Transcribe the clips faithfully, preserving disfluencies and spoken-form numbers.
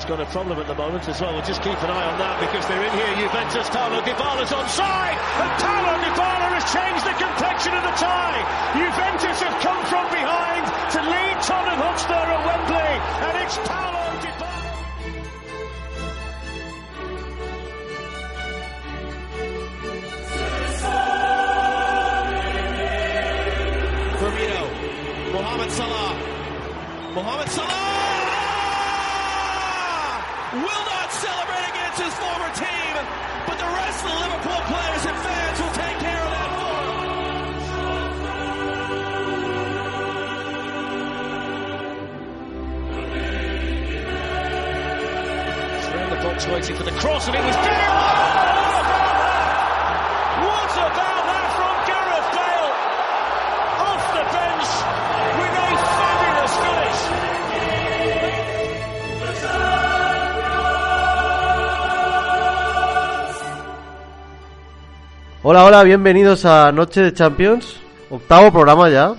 got a problem at the moment as well. We'll just keep an eye on that because they're in here. Juventus, Paulo Dybala's onside, and Paulo Dybala has changed the complexion of the tie. Juventus have come from behind to lead Tottenham Hotspur at Wembley, and it's Paulo Dybala. Firmino, Mohamed Salah, Mohamed Salah will not celebrate against his former team, but the rest of the Liverpool players and fans will take care of that for It's around the box waiting for the cross, and it was Bale! What about that from Gareth Bale? Off the bench with a fabulous finish. Hola, hola, bienvenidos a Noche de Champions, octavo programa ya,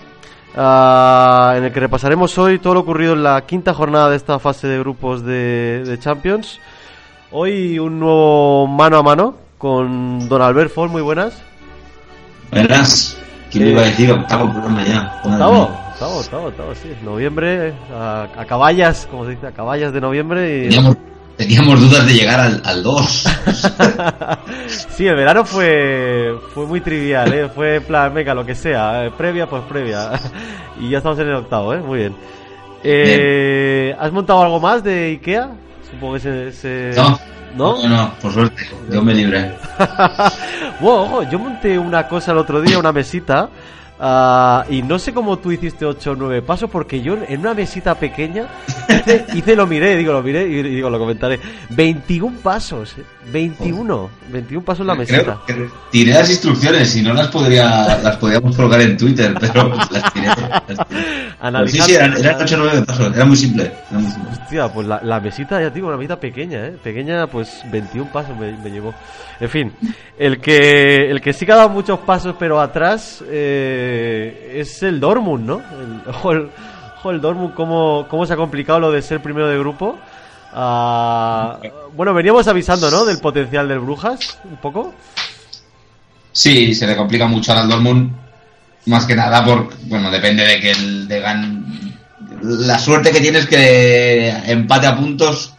uh, en el que repasaremos hoy todo lo ocurrido en la quinta jornada de esta fase de grupos de, de Champions. Hoy un nuevo mano a mano con Don Albert Fol, muy buenas. Buenas, ¿quién me iba a decir? Octavo programa ya. Octavo, octavo, octavo, octavo, sí, noviembre, a, a caballas, como se dice, a caballas de noviembre y... Teníamos, teníamos dudas de llegar al, al dos. Sí, el verano fue fue muy trivial, ¿eh? Fue en plan, venga, lo que sea, eh, previa, pues previa. Y ya estamos en el octavo, ¿eh? Muy bien. Eh, ¿Has montado algo más de Ikea? Supongo que se... se... No, ¿no? no, no, por suerte, yo me libré. Bueno, ojo, yo monté una cosa el otro día, una mesita, uh, y no sé cómo tú hiciste ocho o nueve pasos, porque yo en una mesita pequeña hice, hice lo miré, digo, lo miré y digo, lo comentaré. veintiún pasos, ¿eh? veintiuno, veintiún pasos en la mesita. Creo que tiré las instrucciones y no las podría las podíamos colocar en Twitter, pero las tiré. Las tiré. Pues sí, sí, eran, eran ocho o nueve pasos, era muy simple. Era muy simple. Hostia, pues la, la mesita, ya digo, una mesita pequeña, ¿eh? Pequeña, pues veintiún pasos me, me llevó. En fin, el que el que sí que ha dado muchos pasos, pero atrás, eh, es el Dortmund, ¿no? El, ojo, el, ojo, el Dortmund, cómo, cómo se ha complicado lo de ser primero de grupo. Uh, bueno, veníamos avisando, ¿no? Del potencial del Brujas, un poco. Sí, se le complica mucho al Dortmund, más que nada por, bueno, depende de que el de gan... la suerte que tienes que empate a puntos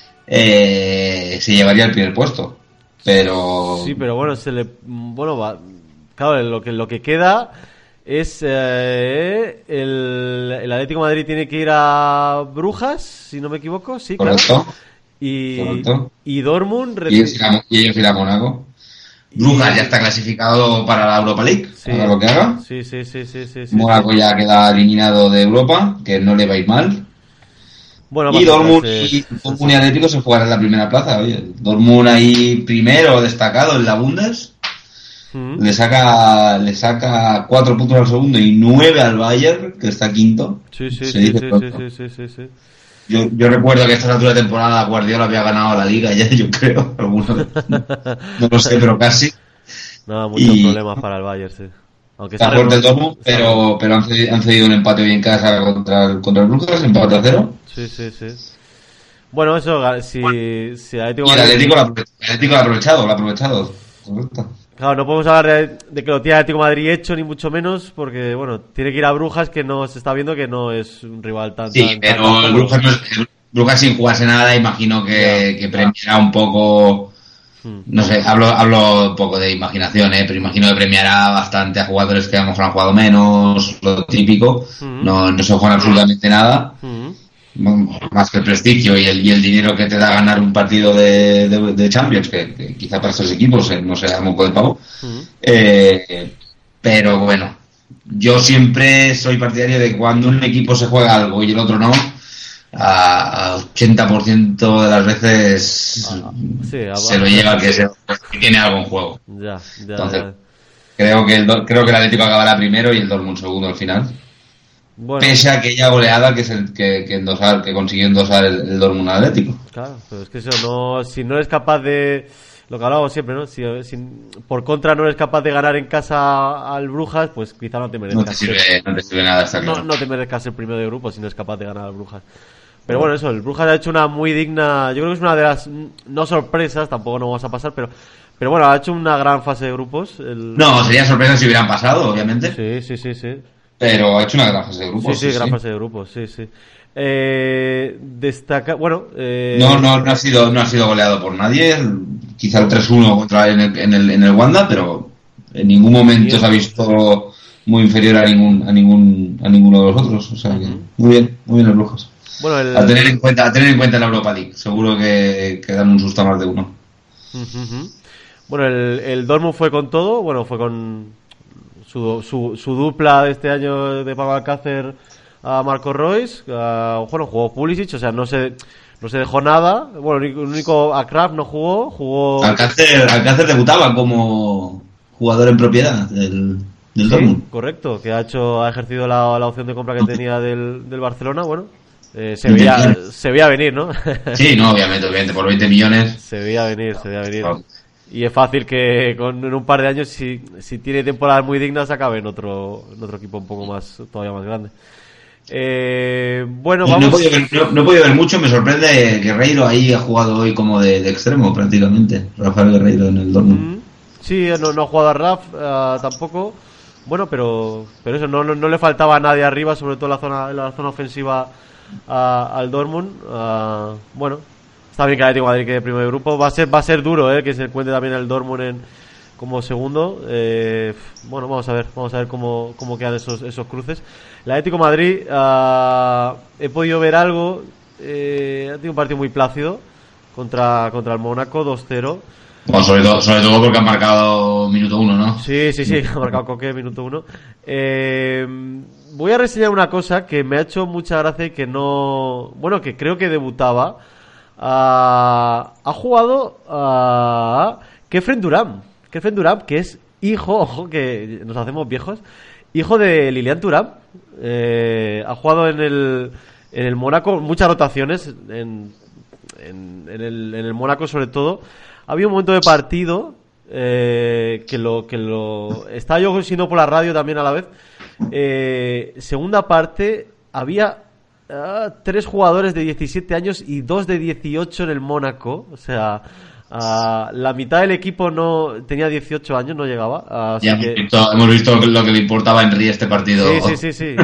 eh, se llevaría el primer puesto, pero sí, pero bueno, se le, bueno, va, claro, lo que lo que queda es eh, el, el Atlético de Madrid tiene que ir a Brujas, si no me equivoco, sí, correcto, claro. Y, correcto. Y Dortmund y ellos, irán, y ellos irán a Mónaco. Brujas y... ya está clasificado para la Europa League, sí, haga lo que haga. Sí, sí, sí, sí, sí, sí Mónaco sí. ya queda eliminado de Europa, que no le va a ir mal. Bueno, y Dortmund y, Dortmund y Atlético se jugarán en la primera plaza. Oye, Dortmund ahí primero destacado en la Bundes. Mm. Le saca le saca cuatro puntos al segundo y nueve al Bayern, que está quinto. Sí, sí, sí, sí, sí, sí, sí, sí. Yo, yo recuerdo que a esta altura de temporada Guardiola había ganado la Liga ya, yo creo. Algunos, no, no lo sé, pero casi. No, muchos y... problemas para el Bayern, sí. Aunque está fuerte el Dortmund, pero, pero han, cedido, han cedido un empate hoy en casa contra el, contra el Brujas, empate a cero. Sí, sí, sí. Bueno, eso, si... Bueno, si Atlético y el Atlético lo ha aprovechado, lo ha aprovechado. Correcto. Claro, no podemos hablar de, de que lo tiene Atlético de Madrid hecho, ni mucho menos, porque, bueno, tiene que ir a Brujas, que no se está viendo que no es un rival tan... Sí, tan, pero tan, tan el Brujas, no es, el Brujas sin jugarse nada, imagino que, yeah. que premiará un poco... No sé, hablo hablo un poco de imaginación, ¿eh? Pero imagino que premiará bastante a jugadores que a lo mejor han jugado menos, lo típico. Uh-huh. No, no se juegan absolutamente nada. Uh-huh. Más que el prestigio y el, y el dinero que te da ganar un partido de, de, de Champions, que, que quizá para estos equipos eh, no sea moco de pavo. Uh-huh. Eh, pero bueno, yo siempre soy partidario de que cuando un equipo se juega algo y el otro no, a ochenta por ciento de las veces ah, sí, se lo lleva que, se, que tiene algo en juego. Ya, ya, Entonces, ya. creo que el creo que el Atlético acabará primero y el Dortmund segundo al final. Bueno. Pese a aquella goleada que, se, que, que, endosar, que consiguió endosar el, el Dortmund Atlético. Claro, pero es que eso no, si no eres capaz de, lo que hablábamos siempre, ¿no? Si, si por contra no eres capaz de ganar en casa al Brujas, pues quizá no te merezcas. No te sirve, no te sirve nada, está claro. No, no te merezcas ser primero de grupo si no eres capaz de ganar al Brujas. Pero bueno, eso, el Brujas ha hecho una muy digna, yo creo que es una de las, no sorpresas, tampoco nos vamos a pasar, pero pero bueno, ha hecho una gran fase de grupos. El... No, sería sorpresa si hubieran pasado, obviamente. Sí, sí, sí, sí. Pero ha hecho una gran fase de grupos. Sí, sí, sí gran sí. fase de grupos, sí, sí. Eh, destaca, bueno... Eh... No, no, no, ha sido, no ha sido goleado por nadie, quizá el tres uno contra en el, en el, en el Wanda, pero en ningún momento se ha visto muy inferior a ningún a ningún a ninguno de los otros, o sea que muy bien, muy bien los Brujas. Bueno, el... a tener en cuenta, a tener en cuenta la Europa League, seguro que, que dan un susto a más de uno. Uh-huh. Bueno, el, el Dortmund fue con todo, bueno, fue con su, su, su dupla de este año de Pablo Alcácer a Marco Reus, a, bueno, jugó Pulisic, o sea, no se no se dejó nada. Bueno, el único a Kraft no jugó, jugó Alcácer, Alcácer debutaba como jugador en propiedad del, del Dortmund. Sí, correcto, que ha hecho ha ejercido la, la opción de compra que tenía del, del Barcelona, bueno. Eh, se veía se veía venir, ¿no? Sí, no, obviamente, obviamente, por veinte millones. Se veía venir, se veía venir. Y es fácil que con en un par de años, si, si tiene temporadas muy dignas, acabe en otro, en otro equipo un poco más, todavía más grande. Eh, bueno, vamos. No he, podido ver, no, no he podido ver mucho, me sorprende Guerreiro ahí ha jugado hoy como de, de extremo prácticamente. Rafael Guerreiro en el Dortmund. Mm, sí, no, no ha jugado a Raf uh, tampoco. Bueno, pero pero eso, no, no, no le faltaba a nadie arriba, sobre todo en la zona, en la zona ofensiva a, al Dortmund. Uh, bueno, está bien que Atlético de Madrid quede primero de grupo. Va a ser va a ser duro, eh, que se encuentre también el Dortmund en como segundo. Eh, bueno, vamos a ver, vamos a ver cómo, cómo quedan esos esos cruces. El Atlético de Madrid, uh, he podido ver algo. Eh, ha tenido un partido muy plácido contra contra el Mónaco, dos cero. Bueno, sobre todo, sobre todo porque han marcado minuto uno, ¿no? Sí, sí, sí, ha marcado Coque minuto uno. Eh, voy a reseñar una cosa que me ha hecho mucha gracia y que no... Bueno, que creo que debutaba. Uh, ha jugado a Kefren Thuram. Kefren Thuram, que es hijo, ojo, que nos hacemos viejos, hijo de Lilian Thuram. Eh, ha jugado en el, en el Mónaco, muchas rotaciones, en, en, en, el, en el Mónaco sobre todo. Había un momento de partido eh, que lo que lo estaba yo siguiendo por la radio también a la vez. Eh, segunda parte, había uh, tres jugadores de diecisiete años y dos de dieciocho en el Mónaco. O sea, uh, la mitad del equipo no tenía dieciocho años, no llegaba. Uh, ya que... hemos, visto, hemos visto lo que le importaba a Henry este partido. Sí, sí, sí, sí.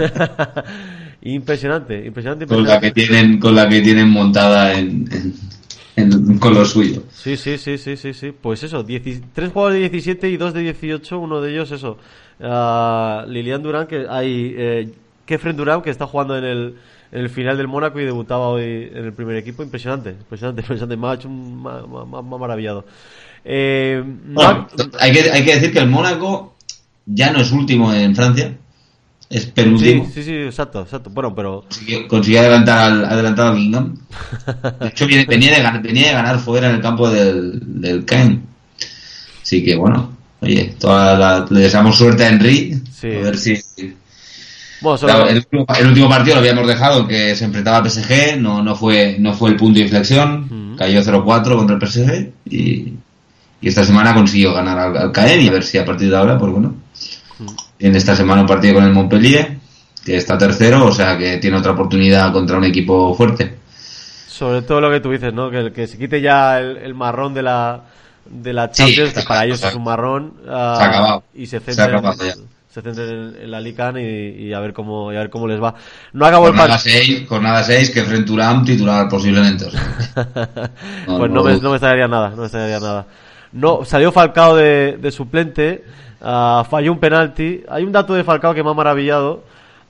Impresionante, impresionante, impresionante. Con la que tienen, con la que tienen montada en... en... con lo suyo. Sí, sí, sí, sí, sí, sí. Pues eso, diez, tres jugadores de diecisiete y dos de dieciocho, uno de ellos eso. Uh, Lilian Thuram, que hay eh, Kefren Thuram, que está jugando en el, en el final del Mónaco y debutaba hoy en el primer equipo. Impresionante, impresionante, impresionante. Me ha hecho un, me, me, me ha maravillado. Eh, bueno, ma- hay que hay que decir que el Mónaco ya no es último en Francia. Es penúltimo. Sí, sí, sí, exacto, exacto. Bueno, pero... Consiguió, consiguió adelantar al, adelantar al Guingamp. De hecho, viene, venía, de ganar, venía de ganar fuera en el campo del, del Caen. Así que, bueno, oye, toda la, le deseamos suerte a Henry. Sí. A ver si... Bueno, solo... claro, el, el último partido lo habíamos dejado, que se enfrentaba al P S G. No, no, fue, no fue el punto de inflexión. Uh-huh. Cayó cero cuatro contra el P S G. Y, y esta semana consiguió ganar al, al Caen. Y a ver si a partir de ahora, pues bueno... Uh-huh. En esta semana un partido con el Montpellier, que está tercero, o sea que tiene otra oportunidad contra un equipo fuerte. Sobre todo lo que tú dices, ¿no? Que, que se quite ya el, el marrón de la de la Champions, sí, que para ellos es un marrón. Uh, se ha acabado. Y se centren, se se centren en, en la Lican y, y a ver cómo y a ver cómo les va. No acabó jornada el partido. Jornada seis, que Kefren Thuram titular posiblemente. O sea. no, pues no, no, me, no me extrañaría nada, no me extrañaría nada. No, salió Falcao de, de suplente. Uh, falló un penalti. Hay un dato de Falcao que me ha maravillado.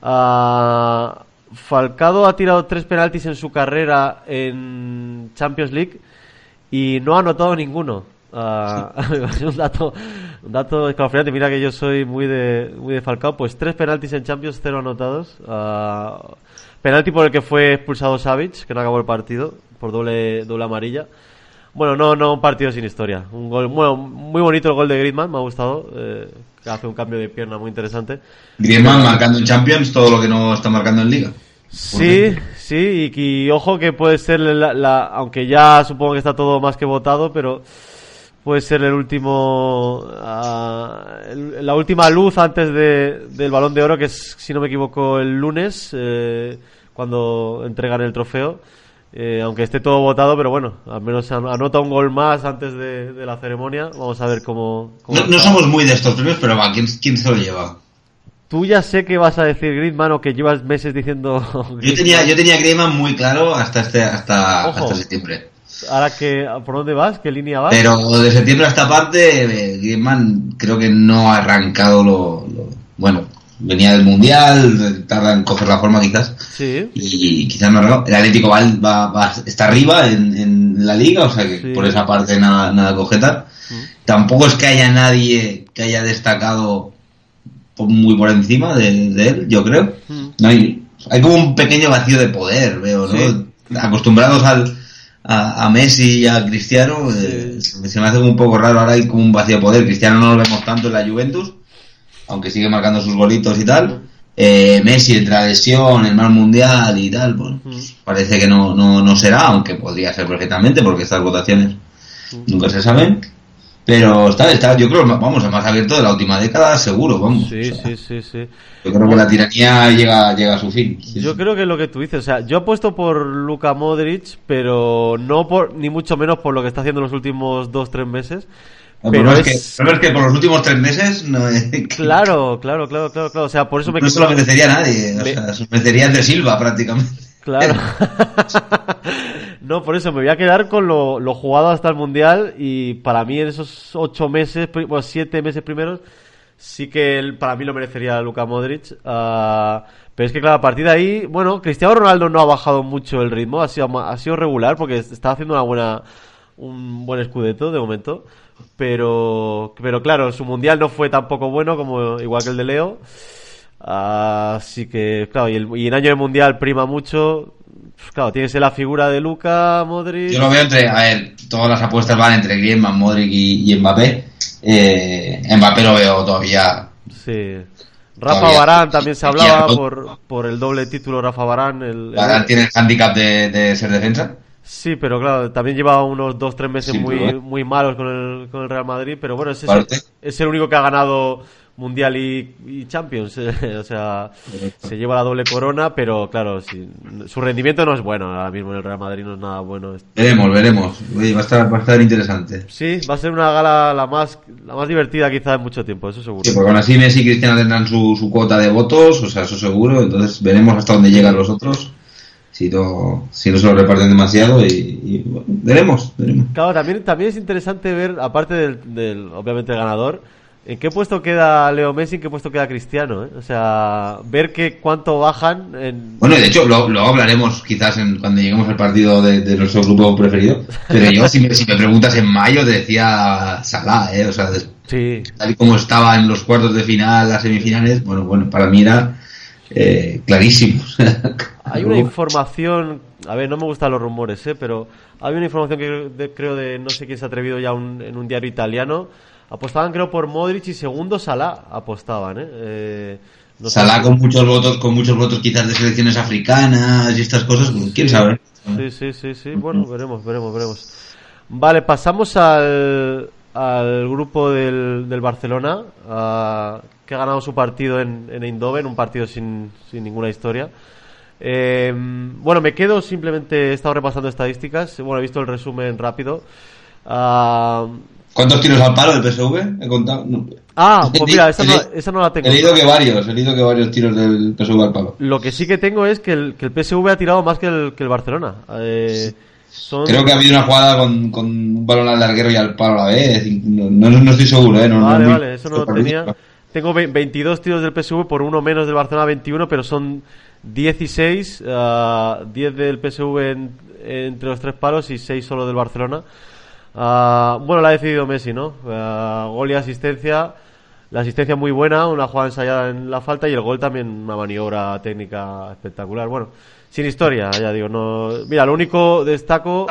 Uh, Falcao ha tirado tres penaltis en su carrera en Champions League y no ha anotado ninguno. Uh, sí. un dato, un dato escalofriante. Mira que yo soy muy de muy de Falcao. Pues tres penaltis en Champions, cero anotados. Uh, penalti por el que fue expulsado Savic, que no acabó el partido por doble doble amarilla. Bueno, no, no un partido sin historia. Un gol, bueno, muy bonito el gol de Griezmann, me ha gustado. Eh, que hace un cambio de pierna muy interesante. Griezmann marcando en Champions todo lo que no está marcando en Liga. Sí, sí, y, y ojo que puede ser la, la, aunque ya supongo que está todo más que votado, pero puede ser el último, uh, el, la última luz antes de, del Balón de Oro, que es, si no me equivoco, el lunes. Eh, cuando entregan el trofeo. Eh, aunque esté todo votado, pero bueno, al menos anota un gol más antes de, de la ceremonia. Vamos a ver cómo... cómo no, no somos muy de estos premios, pero va, ¿quién, quién se lo lleva? Tú ya sé que vas a decir Griezmann, o que llevas meses diciendo... yo tenía yo tenía Griezmann muy claro hasta este hasta, hasta septiembre. Ahora que, ¿por dónde vas? ¿Qué línea vas? Pero de septiembre a esta parte, eh, Griezmann creo que no ha arrancado lo... lo bueno... Venía del Mundial, tarda en coger la forma quizás. Sí. Y quizás no. El Atlético va, va, va, está arriba en, en la liga, o sea que sí. Por esa parte nada, nada que objetar. Mm. Tampoco es que haya nadie que haya destacado muy por encima de, de él, yo creo. Mm. No hay, hay como un pequeño vacío de poder, veo, ¿no? Sí. Acostumbrados al, a, a Messi y a Cristiano, sí. eh, se me hace como un poco raro. Ahora hay como un vacío de poder. Cristiano no lo vemos tanto en la Juventus, aunque sigue marcando sus golitos y tal. Eh, Messi entre la lesión, el mal mundial y tal, pues, pues parece que no, no, no será, aunque podría ser perfectamente, porque estas votaciones nunca se saben. Pero está, está, yo creo, vamos, el más abierto de la última década, seguro, vamos. Sí, o sea, sí, sí, sí. Yo creo que la tiranía llega, llega a su fin. Sí, yo sí. creo que es lo que tú dices, o sea, yo apuesto por Luka Modric, pero no por, ni mucho menos por lo que está haciendo en los últimos dos, tres meses. El pero problema, es... es que, el problema es que por los últimos tres meses no es... Claro, claro, claro, claro, claro. O sea, por eso me... No se lo merecería nadie, me... o sea, se merecería de Silva prácticamente. Claro. No, por eso me voy a quedar con lo, lo jugado hasta el Mundial, y para mí en esos ocho meses, bueno, siete meses primeros, sí que él, para mí lo merecería Luka Modric. Uh, pero es que claro, a partir de ahí, bueno, Cristiano Ronaldo no ha bajado mucho el ritmo, ha sido, ha sido regular porque está haciendo una buena... un buen Scudetto de momento, pero pero claro, su mundial no fue tampoco bueno, como igual que el de Leo, así que claro, y, el, y en año de mundial prima mucho, claro, tiene que ser la figura de Luka Modric. Yo lo veo entre, a ver, todas las apuestas van entre Griezmann, Modric y, y Mbappé. eh, Mbappé lo veo todavía. Sí. Rafa Varane también se hablaba por, por el doble título. Rafa Varane, el, Varane el... tiene el hándicap de, de ser defensa. Sí, pero claro, también lleva unos dos, tres meses sí, muy bueno. muy malos con el, con el Real Madrid, pero bueno, es, es, es el único que ha ganado Mundial y, y Champions, o sea, se lleva la doble corona, pero claro, sí, su rendimiento no es bueno ahora mismo en el Real Madrid, no es nada bueno. Veremos, veremos, Oye, va a estar, va a estar interesante. Sí, va a ser una gala la más la más divertida quizá en mucho tiempo, eso seguro. Sí, porque aún así Messi y Cristiano tendrán su, su cuota de votos, o sea, eso seguro, entonces veremos hasta dónde llegan los otros. Si no, si no se lo reparten demasiado y, y bueno, veremos, veremos. Claro, también, también es interesante ver, aparte del, del obviamente el ganador, en qué puesto queda Leo Messi, en qué puesto queda Cristiano, ¿eh? O sea, ver que cuánto bajan en... Bueno, de hecho, luego lo hablaremos quizás en, cuando lleguemos al partido de, de nuestro grupo preferido, pero yo, si me, si me preguntas en mayo, te decía Salah, ¿eh? O sea, de, sí. Tal y como estaba en los cuartos de final, las semifinales, bueno, bueno, para mí era... Eh, clarísimo. Hay una información, a ver, no me gustan los rumores, ¿eh? Pero hay una información que de, creo de, no sé quién se ha atrevido ya un, en un diario italiano, apostaban creo por Modric y segundo Salah apostaban, ¿eh? eh no Salah sé. con muchos votos, con muchos votos quizás de selecciones africanas y estas cosas, quién sí, sabe. Sí, sí, sí, sí, bueno, veremos, veremos, veremos. Vale, pasamos al, al grupo del, del Barcelona, a... que ha ganado su partido en, en Eindhoven, un partido sin, sin ninguna historia. Eh, bueno, me quedo simplemente, he estado repasando estadísticas, bueno, he visto el resumen rápido. Uh, ¿Cuántos tiros al palo del P S V? He contado. No. Ah, pues mira, esa no, esa no la tengo. He leído que varios, he leído que varios tiros del P S V al palo. Lo que sí que tengo es que el, que el P S V ha tirado más que el, que el Barcelona. Eh, son... Creo que ha habido una jugada con, con un balón al larguero y al palo a la vez. No, no, no estoy seguro, ¿eh? No, vale, no, vale, eso no lo tenía. Tengo veintidós tiros del P S V por uno menos del Barcelona, veintiuno, pero son dieciséis, uh, diez del P S V en, entre los tres palos y seis solo del Barcelona. Uh, bueno, la ha decidido Messi, ¿no? Uh, gol y asistencia. La asistencia muy buena, una jugada ensayada en la falta, y el gol también una maniobra técnica espectacular. Bueno, sin historia, ya digo. No. Mira, lo único destaco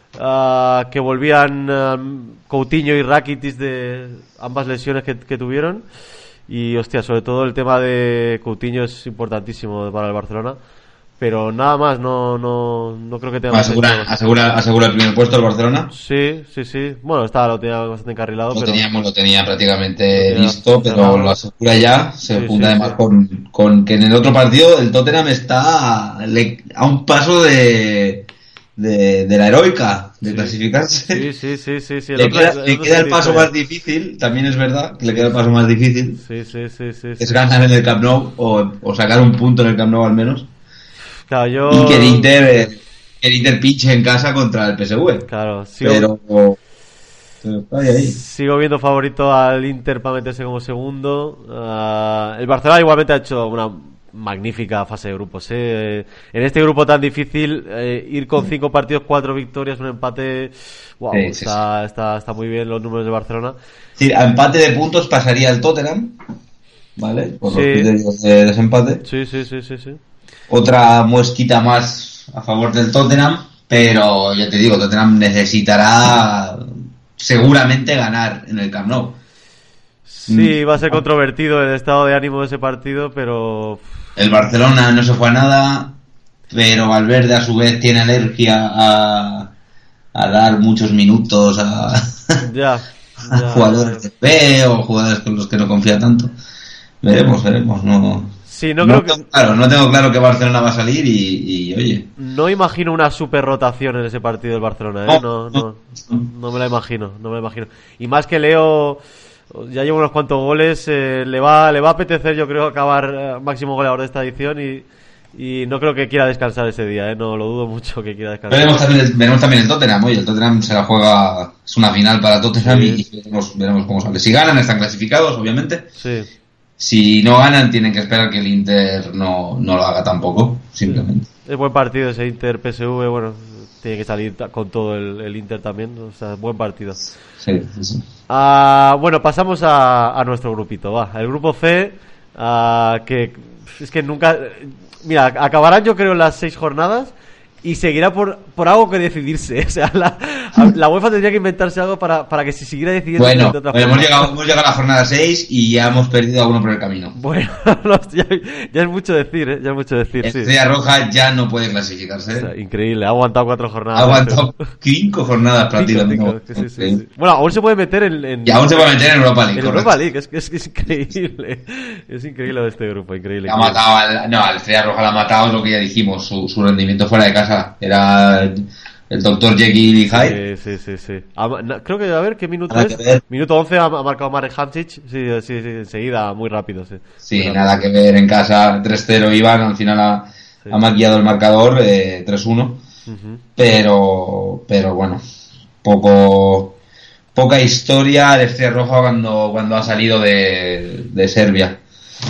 uh, que volvían um, Coutinho y Rakitic de ambas lesiones que, que tuvieron. Y hostia, sobre todo el tema de Coutinho es importantísimo para el Barcelona, pero nada más, no no no creo que tenga asegura, asegura, asegura el primer puesto el Barcelona. Sí, sí, sí. Bueno, estaba lo tenía bastante encarrilado, lo pero teníamos, lo tenía prácticamente lo listo, pero cerrado. lo asegura ya. Se Sí, junta sí, además sí. con, con que en el otro partido el Tottenham está le- a un paso de de, de la heroica de Sí. clasificarse. Sí, sí, sí, sí, sí. El Le otro- queda, el le otro queda es el paso historia. más difícil, también es verdad que le queda el paso más difícil, Sí, sí, sí, sí. que es sí. ganar en el Camp Nou o, o sacar un punto en el Camp Nou al menos. Claro, yo Y que el Inter, eh, que el Inter pinche en casa contra el P S V. Claro, sigo, Pero, pero está ahí, ahí. sigo viendo favorito al Inter para meterse como segundo. Ah, el Barcelona igualmente ha hecho una magnífica fase de grupos, ¿eh? En este grupo tan difícil, eh, ir con cinco partidos, cuatro victorias, un empate, wow, Sí, sí, está, está, está muy bien los números de Barcelona. Es decir, a empate de puntos pasaría el Tottenham, ¿vale? Por los Sí. criterios de desempate. Sí, sí, sí, sí, sí. Otra muesquita más a favor del Tottenham, pero ya te digo, Tottenham necesitará seguramente ganar en el Camp Nou. Sí, va a ser controvertido el estado de ánimo de ese partido, pero El Barcelona no se fue a nada, pero Valverde a su vez tiene alergia a, a dar muchos minutos a, ya, a ya. jugadores de B o jugadores con los que no confía tanto. Veremos, veremos. No, Sí, no no creo que tengo claro, no tengo claro que Barcelona va a salir y, y oye. no imagino una super rotación en ese partido del Barcelona, ¿eh? No, no, no me la imagino, no me la imagino. Y más que Leo ya lleva unos cuantos goles, eh, le va le va a apetecer, yo creo, acabar eh, máximo goleador de esta edición y, y no creo que quiera descansar ese día, ¿eh? No lo dudo mucho que quiera descansar. Veremos también, el, veremos también el Tottenham. Oye, el Tottenham se la juega, es una final para Tottenham Sí. y veremos, veremos cómo sale. Si ganan, están clasificados, obviamente. Sí. Si no ganan, tienen que esperar que el Inter no, no lo haga tampoco, simplemente. Es buen partido ese Inter P S V, bueno, tiene que salir ta- con todo el, el Inter también, o sea, buen partido. Sí, sí, sí. Ah, bueno, pasamos a, a nuestro grupito, va. El grupo C, ah, que es que nunca... Mira, acabarán yo creo las seis jornadas y seguirá por, por algo que decidirse. O sea, la, la UEFA tendría que inventarse algo para, para que se siguiera decidiendo Bueno, de otra hemos forma. llegado, hemos llegado a la jornada seis y ya hemos perdido a uno por el camino. Bueno, no, ya, ya es mucho decir, ¿eh? Ya es mucho decir, El sí. Estrella Roja ya no puede clasificarse. O sea, increíble, ha aguantado cuatro jornadas. Ha aguantado cinco jornadas Cinco, prácticamente. cinco, sí, sí, sí, sí. Bueno, aún se puede meter en... en Y aún se puede meter en Europa League. en correcto. Europa League, es, es, es increíble. Es increíble de este grupo, increíble. Ha matado al, no, al Estrella Roja la ha matado, es lo que ya dijimos, su, su rendimiento fuera de casa. Era el doctor Jekyll y Hyde. Sí, sí, sí, sí. Ha- na- creo que, a ver, ¿qué minuto Nada es? que ver. Minuto once ha, ha marcado Marek Hamšić. Sí, sí, sí, enseguida, muy rápido, sí. Sí, Muy rápido. nada que ver en casa, tres cero iban, al final ha, Sí. ha maquillado el marcador, eh, tres uno, Ujú. pero, pero bueno, poco, poca historia de Estrella Roja cuando, cuando ha salido de, de Serbia.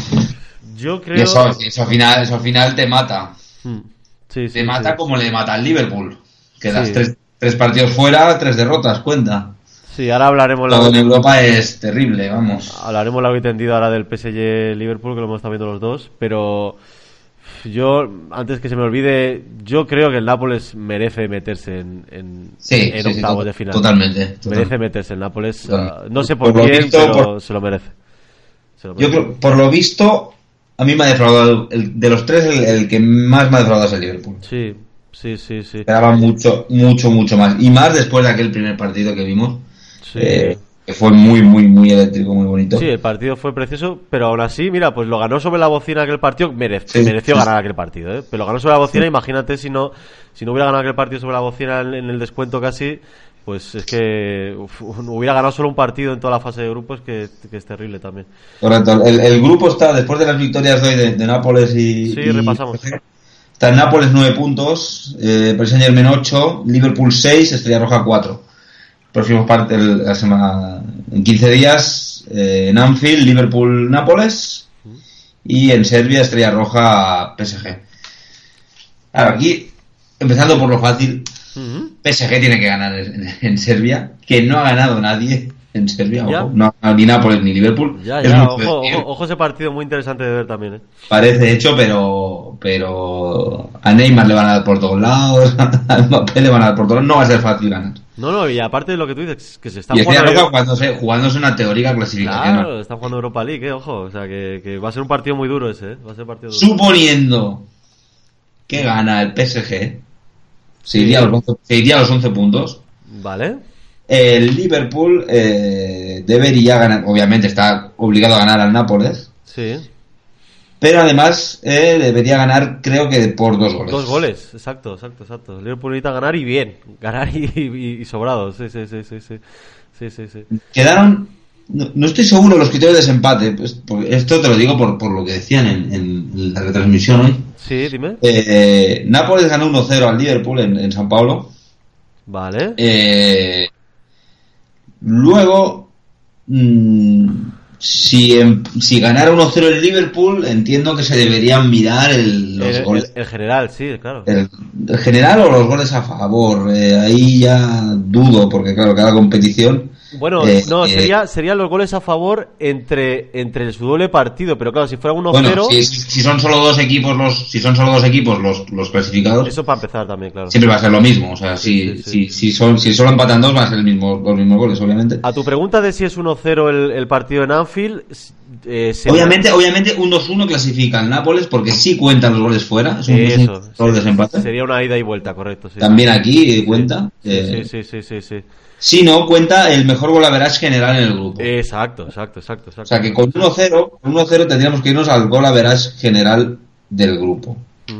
Yo creo... Y eso, eso al final, eso al final te mata. Mm. Sí, sí, Te mata sí. como le mata al Liverpool. Que das Sí. tres, tres partidos fuera, tres derrotas, cuenta. Sí, ahora hablaremos Todo en largo, Europa es terrible, vamos. hablaremos largo y tendido ahora del P S G Liverpool, que lo hemos estado viendo los dos, pero yo, antes que se me olvide, yo creo que el Nápoles merece meterse en, en, Sí, en sí, sí, octavos to- de final. totalmente, total. Merece meterse el Nápoles. Total. ah, no sé por, Por lo quién, visto, pero por- se lo merece. Se lo Yo merece. creo, por lo visto, a mí me ha defraudado, el, de los tres, el, el que más me ha defraudado es el Liverpool. Sí, sí, sí, sí. Esperaba mucho, mucho, mucho más. Y más después de aquel primer partido que vimos, Sí. eh, que fue muy, muy, muy eléctrico, muy bonito. Sí, el partido fue precioso, pero aún así, mira, pues lo ganó sobre la bocina aquel partido, merece, Sí, mereció sí. ganar aquel partido, ¿eh? Pero lo ganó sobre la bocina, imagínate si no si no hubiera ganado aquel partido sobre la bocina en, en el descuento casi, pues es que uf, hubiera ganado solo un partido en toda la fase de grupos, que, que es terrible también. Correcto. El, el grupo está, después de las victorias de hoy de, de Nápoles y... Sí, y- repasamos. Está en Nápoles nueve puntos, eh, Paris Saint-Germain ocho, Liverpool seis, Estrella Roja cuatro. Próximos partidos la semana en quince días, eh, en Anfield, Liverpool Nápoles y en Serbia Estrella Roja P S G. Ahora aquí, empezando por lo fácil, Ujú. P S G tiene que ganar en, en Serbia, que no ha ganado nadie en Serbia, Ya. ojo, no ha ganado ni Nápoles ni Liverpool. Ya, Es ya, mucho ojo, decir. ojo, ojo ese partido muy interesante de ver también, ¿eh? Parece hecho, pero pero a Neymar le van a dar por todos lados, a Mbappé le van a dar por todos lados, no va a ser fácil ganar. No, no, y aparte de lo que tú dices, que se está Y Estrella jugando... Roja jugándose, jugándose una teórica clasificación. Claro, está jugando Europa League, ¿eh? Ojo, o sea que, que va a ser un partido muy duro ese, ¿eh? Va a ser un partido duro. Suponiendo que gana el P S G, se iría, sí. a, los once, se iría a los once puntos. Vale. El Liverpool eh, debería ganar, obviamente está obligado a ganar al Nápoles. Sí. Pero además eh, debería ganar, creo que por dos goles. Dos goles, exacto, exacto, exacto. El Liverpool necesita ganar y bien, ganar y, y, y sobrado. Sí, sí, sí, sí, sí, sí, sí, sí. Quedaron, no, no estoy seguro de los criterios de desempate. Pues, esto te lo digo por, por lo que decían en, en la retransmisión hoy. Sí, dime. Eh, Nápoles ganó uno cero al Liverpool en, en San Paulo. Vale. Eh, luego, mmm, si, en, si ganara uno cero el Liverpool, entiendo que se deberían mirar el, los el, goles. El, el general, sí, claro. El, el general o los goles a favor. Eh, ahí ya dudo, porque claro, cada competición. Bueno, eh, no, eh, sería serían los goles a favor entre entre su doble partido, pero claro, si fuera uno cero... Bueno, si, si son solo dos equipos los si son solo dos equipos los, los clasificados... Eso para empezar también, claro. Siempre va a ser lo mismo, o sea, si, sí, sí, sí. si, si, son, si solo empatan dos van a ser el mismo, los mismos goles, obviamente. A tu pregunta de si es uno cero el, el partido en Anfield... Eh, obviamente, obviamente un dos uno clasifica al Nápoles porque sí cuentan los goles fuera, es un, eso, un sí, desempate. Sería una ida y vuelta, correcto. Sí. También aquí cuenta. Sí, eh, sí, sí, sí, sí, sí. Si no, cuenta el mejor golaveraje general en el grupo. Exacto, exacto, exacto, exacto. O sea que con uno cero, con uno cero tendríamos que irnos al golaveraje general del grupo. Mm.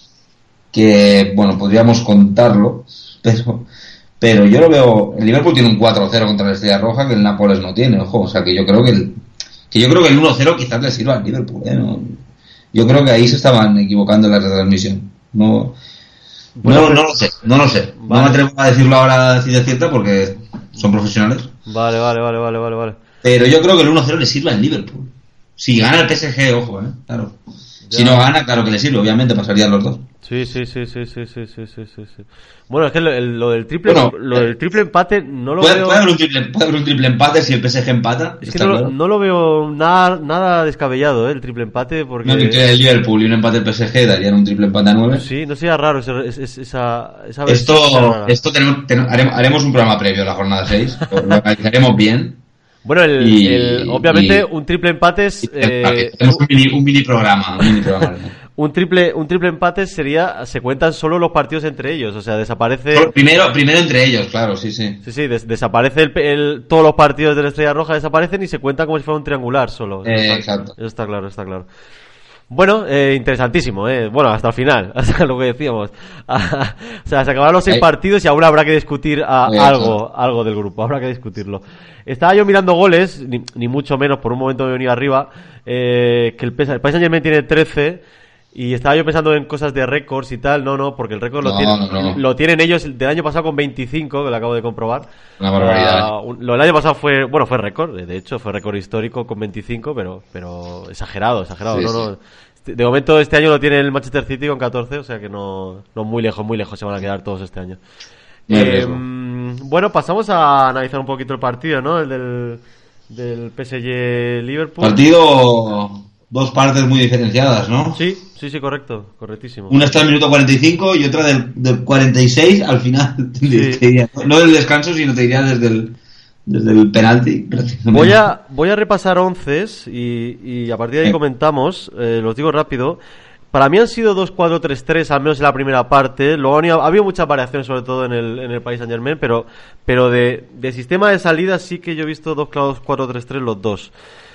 Que, bueno, podríamos contarlo, pero, pero yo lo veo... El Liverpool tiene un cuatro cero contra la Estrella Roja que el Nápoles no tiene, ojo. O sea que yo creo que el, que yo creo que el uno cero quizás le sirva al Liverpool, ¿eh? No, yo creo que ahí se estaban equivocando en la retransmisión. No... Bueno, no, no lo sé, no lo sé. Vale. No me atrevo a decirlo ahora si es cierta porque son profesionales. Vale, vale, vale, vale, vale, vale. Pero yo creo que el uno cero le sirve al Liverpool. Si gana el P S G, ojo, eh, claro. Ya. Si no gana, claro que le sirve, obviamente pasarían los dos. Sí, sí, sí, sí, sí, sí, sí, sí, sí. Bueno, es que lo, el, lo del triple, bueno, lo del triple empate no lo puede, veo. Puede haber, un triple, puede haber un triple empate si el P S G empata. Es que no, claro. no lo veo nada, nada descabellado, ¿eh? El triple empate porque. No, que el Liverpool y un empate del P S G darían un triple empate a nueve. Sí, no sería raro ese, esa, esa, esa esto, esto tenemos, tenemos, haremos, haremos un programa previo a la jornada seis, lo analizaremos bien. Bueno, el, y, el, obviamente y, un triple empate es... Y, eh, tenemos un mini, un mini programa. Un, mini programa. un, triple, un triple empate sería... Se cuentan solo los partidos entre ellos, o sea, desaparece... Primero, primero entre ellos, claro, sí, sí. Sí, sí, des, desaparece el, el, todos los partidos de la Estrella Roja, desaparecen y se cuentan como si fuera un triangular solo. Eh, está, exacto. Eso está claro, está claro. Bueno, eh, interesantísimo, eh. Bueno, hasta el final, hasta lo que decíamos. o sea, se acabaron los seis partidos y aún habrá que discutir a, algo, algo del grupo, habrá que discutirlo. Estaba yo mirando goles, ni, ni mucho menos, por un momento me venía arriba, eh, que el, P S G, el Paris Saint-Germain tiene trece y estaba yo pensando en cosas de récords y tal, no, no, porque el récord no, lo, tiene, no, no. lo tienen ellos del año pasado con veinticinco, que lo acabo de comprobar. Una barbaridad. Uh, lo del año pasado fue, bueno, fue récord, de hecho fue récord histórico con veinticinco, pero, pero exagerado, exagerado, sí, no, sí. no. De momento este año lo tiene el Manchester City con catorce, o sea que no, no muy lejos, muy lejos se van a quedar todos este año. Eh, bueno, pasamos a analizar un poquito el partido, ¿no? El del, del P S G Liverpool. Partido, dos partes muy diferenciadas, ¿no? Sí, sí, sí, correcto, correctísimo. Una está al minuto cuarenta y cinco y otra del, del cuarenta y seis al final. Sí. Te diría, no del descanso, sino te diría desde el... Desde el penalti. Voy a, voy a repasar onces y, y a partir de ahí comentamos, eh, los digo rápido. Para mí han sido dos cuatro tres tres, al menos en la primera parte. Luego ha habido muchas variaciones, sobre todo en el, en el Paris Saint-Germain, pero, pero de, de sistema de salida sí que yo he visto dos cuatro tres tres los dos.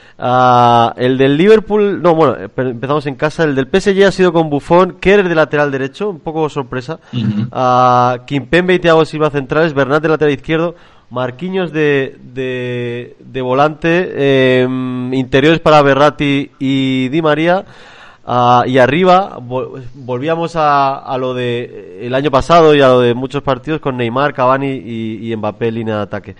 Uh, el del Liverpool, no, bueno, empezamos en casa. El del P S G ha sido con Buffon, Kerr de lateral derecho, un poco sorpresa. Uh-huh. uh, Kimpembe y Thiago Silva centrales, Bernat de lateral izquierdo, Marquinhos de, de, de volante, eh, interiores para Verratti y Di María, uh, y arriba vol- volvíamos a, a lo de el año pasado y a lo de muchos partidos con Neymar, Cavani y, y Mbappé en línea de ataque.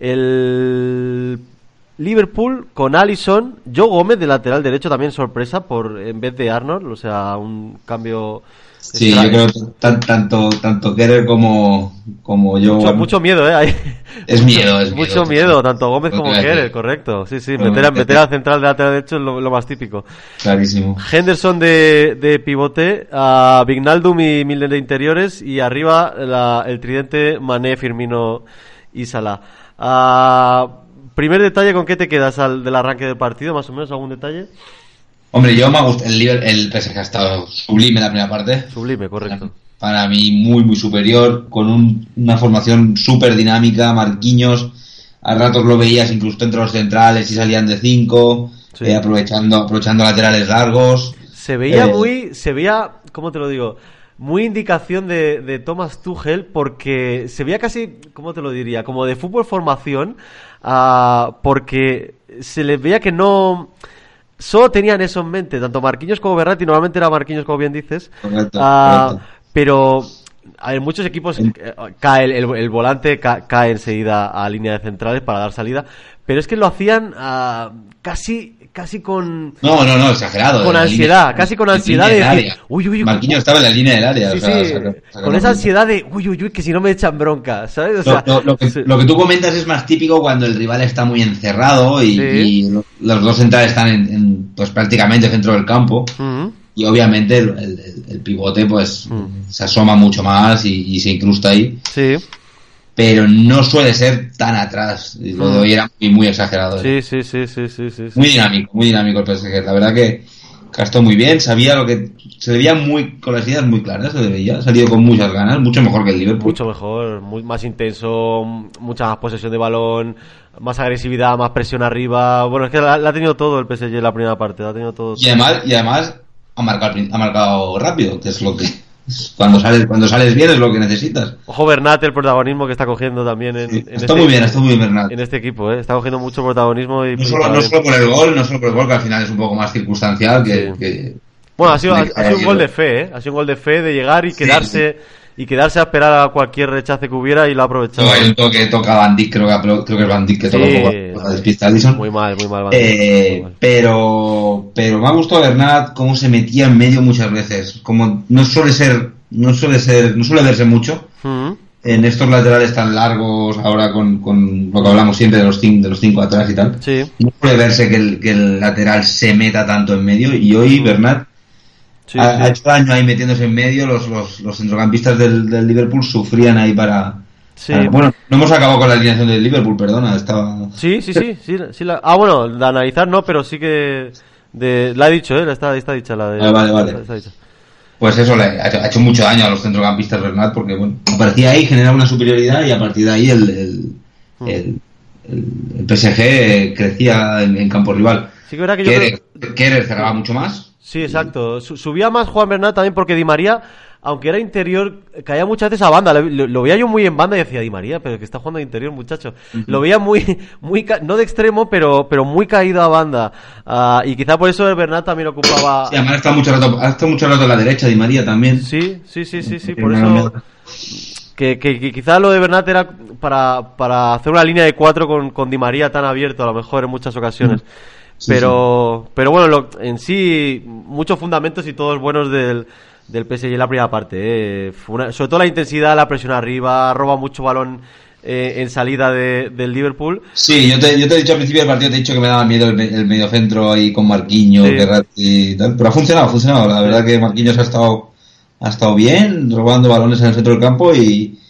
El Liverpool con Alisson, Joe Gómez de lateral derecho, también sorpresa por en vez de Arnold, o sea, un cambio. Sí, extra... yo creo que tan, tanto tanto Kerr como como yo mucho, mucho miedo, eh. Hay... Es miedo, es mucho miedo, miedo, tanto Gómez como Kerr, correcto. Sí, sí, meter a, meter al central de lateral derecho es lo, lo más típico. Clarísimo. Henderson de, de pivote, a Wijnaldum y Milner de interiores y arriba la, el tridente Mané, Firmino y Salah. A... Primer detalle, ¿con qué te quedas al del arranque del partido? ¿Más o menos algún detalle? Hombre, yo me ha gustado, el, el P S G ha estado sublime la primera parte. Sublime, correcto. Para, para mí muy, muy superior, con un, una formación súper dinámica, Marquinhos, a ratos lo veías incluso entre los centrales y salían de cinco, sí. eh, aprovechando, aprovechando laterales largos. Se veía eh, muy, se veía, ¿cómo te lo digo? Muy indicación de, de Thomas Tuchel, porque se veía casi, ¿cómo te lo diría? Como de fútbol formación, uh, porque se les veía que no... Solo tenían eso en mente, tanto Marquinhos como Verratti, normalmente era Marquinhos como bien dices, correcto, uh, correcto. Pero en muchos equipos eh, cae el, el, el volante ca, cae enseguida a línea de centrales para dar salida, pero es que lo hacían uh, casi... casi con... No, no, no, exagerado. Con ansiedad, línea, casi con ansiedad de decir... Uy, uy, uy, Marquinhos estaba en la línea del área. Sí, o sea, sí, saca, saca con esa ansiedad de... Uy, uy, uy, que si no me echan bronca, ¿sabes? O sea, lo, lo, lo, que, sí. lo que tú comentas es más típico cuando el rival está muy encerrado y, sí. y los dos centrales están en, en, pues prácticamente dentro del campo. Uh-huh. Y obviamente el, el, el pivote pues uh-huh. se asoma mucho más y, y se incrusta ahí. Sí. Pero no suele ser tan atrás. Lo de hoy era muy, muy exagerado. Sí, sí, sí, sí, sí, sí. Muy dinámico, muy dinámico el P S G. La verdad que gastó muy bien, sabía lo que... Se le veía muy, con las ideas muy claras, se le veía. Ha salido con muchas ganas, mucho mejor que el Liverpool. Mucho mejor, muy, más intenso, mucha más posesión de balón, más agresividad, más presión arriba. Bueno, es que la, la ha tenido todo el P S G en la primera parte, la ha tenido todo. Y además, y además ha marcado, ha marcado rápido, que es lo que... Cuando sales, cuando sales bien es lo que necesitas. Ojo Bernat, el protagonismo que está cogiendo también en, sí, en está este, muy bien, está muy bien Bernat. En este equipo, ¿eh? Está cogiendo mucho protagonismo y no solo, no solo por el gol, no solo por el gol, que al final es un poco más circunstancial que, sí. que bueno, ha sido, ha, ha sido un gol de fe, ¿eh? Ha sido un gol de fe de llegar y quedarse sí. y quedarse a esperar a cualquier rechace que hubiera y lo ha aprovechado. No, hay un toque, toca Van Dijk, creo que, creo que es Van Dijk que toca sí, un poco la despista a Alisson. Muy mal, muy mal. Van eh, muy mal. Pero, pero me ha gustado Bernat cómo se metía en medio muchas veces. Como no suele ser, no suele ser, no suele verse mucho. Uh-huh. En estos laterales tan largos, ahora con, con lo que hablamos siempre de los cinco, de los cinco atrás y tal, sí. no puede verse que el, que el lateral se meta tanto en medio, y hoy Bernat sí, ha, sí. ha hecho daño ahí metiéndose en medio. Los, los, los centrocampistas del, del Liverpool sufrían ahí para, sí. para... Bueno, no hemos acabado con la alineación del Liverpool, perdona, estaba... Sí, sí, sí, sí, sí la... Ah, bueno, de analizar no, pero sí que... De... La he dicho, ¿eh? Está, está dicha la de... Ah, vale, vale. Está dicha. Pues eso le ha hecho, ha hecho mucho daño a los centrocampistas Bernat, porque bueno, aparecía ahí, generaba una superioridad y a partir de ahí el, el, el, el, el P S G crecía en, en campo rival. Sí que es verdad que Kerer, yo creo... Kerer cerraba mucho más. Sí, exacto. Subía más Juan Bernat también porque Di María, aunque era interior, caía muchas veces a banda. Lo, lo, lo veía yo muy en banda y decía, Di María, pero que está jugando de interior, muchacho. Uh-huh. Lo veía muy, muy no de extremo, pero, pero muy caído a banda. Uh, y quizá por eso el Bernat también ocupaba... Sí, además está mucho rato, ha estado mucho rato a la derecha, Di María también. Sí, sí, sí, sí, sí, por eso... Que, que, que quizá lo de Bernat era para, para hacer una línea de cuatro con, con Di María tan abierto, a lo mejor en muchas ocasiones. Uh-huh. Sí, pero sí. pero bueno, lo, en sí muchos fundamentos y todos buenos del, del P S G en la primera parte, ¿eh? Una, sobre todo la intensidad, la presión arriba, roba mucho balón eh, en salida de, del Liverpool. Sí, yo te, yo te he dicho al principio del partido, te he dicho que me daba miedo el, el mediocentro ahí con Marquinhos, sí. Verratti y tal, pero ha funcionado, ha funcionado. La verdad que Marquinhos ha estado ha estado bien, robando balones en el centro del campo y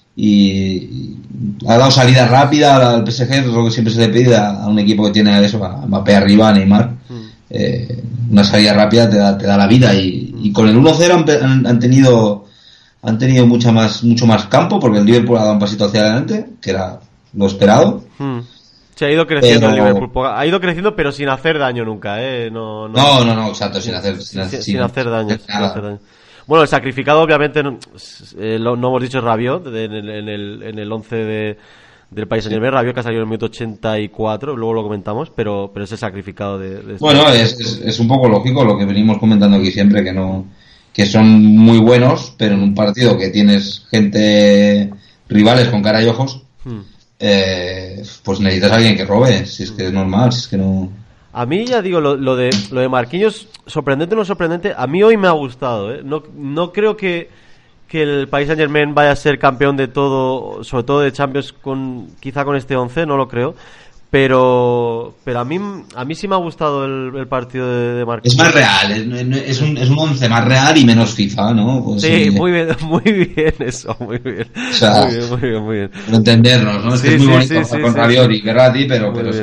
y ha dado salida rápida al P S G, lo que siempre se le pide a un equipo que tiene eso, a Mbappé arriba, a Neymar. Mm. Eh, una salida rápida te da, te da la vida y, mm. y con el uno cero han, han tenido han tenido mucha más mucho más campo, porque el Liverpool ha dado un pasito hacia adelante, que era lo esperado. Mm. Se ha ido creciendo pero... el Liverpool, ha ido creciendo pero sin hacer daño nunca, ¿eh? No, no, no, no, no exacto, sin hacer sin, sin, sin, sin hacer daño, sin sin hacer daño. Bueno, el sacrificado obviamente no, eh, lo, no hemos dicho es Rabiot en el, en el, en el once de, del Paris Saint-Germain. Rabiot que ha salido en el minuto ochenta y cuatro, luego lo comentamos, pero pero ese sacrificado de, de este bueno, es, es, es un poco lógico lo que venimos comentando aquí siempre, que no que son muy buenos, pero en un partido que tienes gente, rivales con cara y ojos, hmm. eh, pues necesitas a alguien que robe, si es que es normal, si es que no... A mí ya digo, lo, lo de lo de Marquinhos, sorprendente o no sorprendente, a mí hoy me ha gustado, ¿eh? No, no creo que, que el Paris Saint-Germain vaya a ser campeón de todo, sobre todo de Champions, con quizá con este once, no lo creo, pero pero a mí a mí sí me ha gustado el, el partido de, de Marquinhos. Es más real, es, es un es un once más real y menos FIFA, ¿no? Pues sí, sí, muy bien, muy bien eso, muy bien. O sea, muy bien, muy bien, muy bien. Entendernos, ¿no? Es sí, que es muy sí, bonito sí, sí, con sí, Rabiot sí. y Verratti, pero, pero es que no.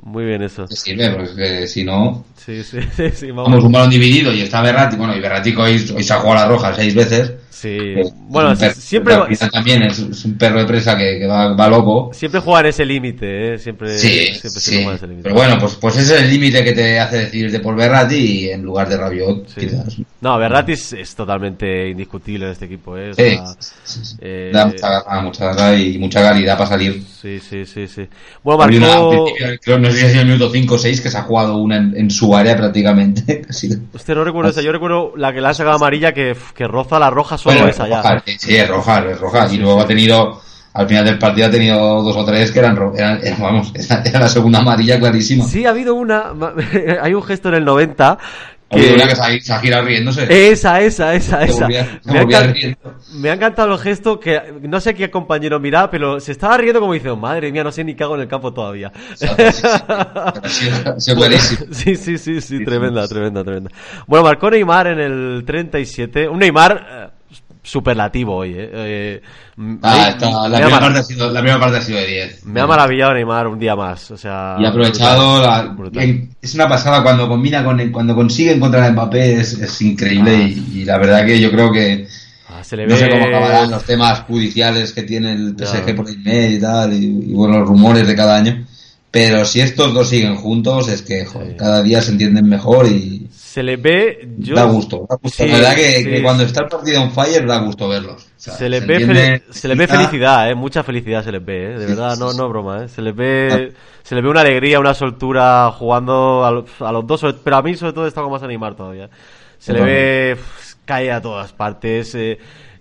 Muy bien eso. ¿Qué sirve? Porque si no... Sí, sí, sí. sí vamos. vamos, un balón dividido y está Berratti. Bueno, y Berratti hoy, hoy se ha jugado la roja seis veces. Sí. Eh, bueno, perro, siempre... También es, es un perro de presa que, que va, va loco. Siempre juega en ese límite, ¿eh? Siempre, sí, siempre sí. se juega en ese límite. Pero bueno, pues, pues ese es el límite que te hace decidirte por Berratti y en lugar de Rabiot, sí. quizás. No, Berratti es, es totalmente indiscutible en este equipo, ¿eh? O sí, sea, sí, sí. Eh... Da mucha garra, mucha garra y mucha calidad para salir. Sí, sí, sí, sí. Bueno, marcó... Una, creo, no sé si ha sido el minuto cinco o seis que se ha jugado una en, en su área prácticamente. Usted no recuerdo esa, yo recuerdo la que le ha sacado amarilla que, que roza la roja solo bueno, esa roja, ya. Sí, es roja, es roja. Sí, y luego sí. ha tenido, al final del partido ha tenido dos o tres que eran, eran, eran vamos, era la segunda amarilla clarísima. Sí, ha habido una, hay un gesto en el noventa que... Ha habido una que se ha, se ha girado riéndose. Esa, esa, esa, se esa. Volvía, se me, ha volvía me ha encantado el gesto que, no sé qué compañero miraba, pero se estaba riendo como diciendo, madre mía, no sé ni qué hago en el campo todavía. Sí, sí, sí. Ha sido clarísimo. Sí, sí, sí, sí, tremenda, tremenda, tremenda. Bueno, marcó Neymar en el treinta y siete, un Neymar... Eh, superlativo hoy, eh. eh ah, está, la, primera parte ha sido, la primera parte ha sido de diez. Me ha maravillado Neymar un día más, o sea... Y ha aprovechado brutal, la... brutal. Es una pasada cuando combina con cuando consigue encontrar a Mbappé, es, es increíble ah. y, y la verdad que yo creo que ah, se le no ve... sé cómo acabarán los temas judiciales que tiene el P S G por el medio y tal, y, y bueno, los rumores de cada año. Pero si estos dos siguen juntos, es que joder, sí. cada día se entienden mejor y... Se les ve... Yo... Da gusto, da gusto. Sí, la verdad que, sí. que cuando está el partido on fire da gusto verlos. O sea, se les se ve, entiende... se les ve felicidad, eh, mucha felicidad se les ve, eh, de verdad, no, no broma, eh. Se les ve, se les ve una alegría, una soltura jugando a los, a los dos, pero a mí sobre todo está con más animar todavía. Se le ve, pff, cae a todas partes, eh,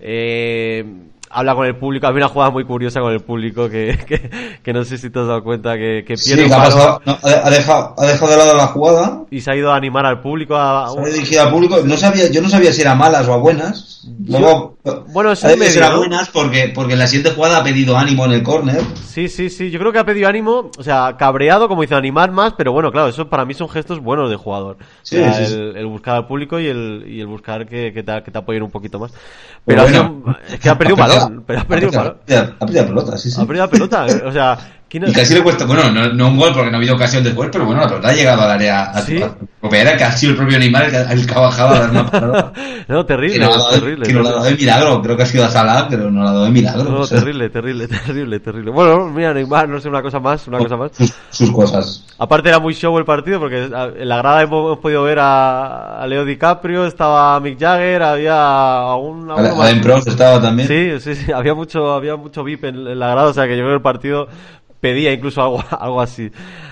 eh, habla con el público. Había una jugada muy curiosa con el público que, que, que no sé si te has dado cuenta que, que pierde sí, un balón, no, ha, dejado, ha dejado de lado la jugada y se ha ido a animar al público a, se ha dirigido al público. No sabía, yo no sabía si era malas o a buenas. Luego, yo, bueno, eso es era buenas porque, porque en la siguiente jugada ha pedido ánimo en el córner. Sí, sí, sí, yo creo que ha pedido ánimo, o sea, cabreado, como dice, animar más, pero bueno, claro, eso para mí son gestos buenos de jugador. Sí, o sea, sí, el, sí. el buscar al público y el, y el buscar que, que, te, que te apoyen un poquito más. Pero, pero bueno, es que ha perdido un balón, pero ha perdido un balón. Ha perdido la pelota, sí, sí. Ha perdido la pelota, o sea... No... Y casi le cuesta, bueno, no, no un gol porque no ha habido ocasión después, pero bueno, la pelota ha llegado al área a ¿sí? Era que ha sido el propio Neymar el que, el que ha bajado a dar una parada. No, terrible, que no la terrible. Que no la ha dado de milagro, creo que ha sido a Salah, pero no la ha dado de milagro. No, o sea. terrible, terrible, terrible, terrible. Bueno, mira, Neymar, no sé, una cosa más, una cosa más. Sus, sus cosas. Aparte era muy show el partido porque en la grada hemos podido ver a, a Leo DiCaprio, estaba Mick Jagger, había algún... Alain Prost estaba también. Sí, sí, sí, había mucho, había mucho V I P en, en la grada, o sea que yo creo que el partido... pedía incluso algo, algo así.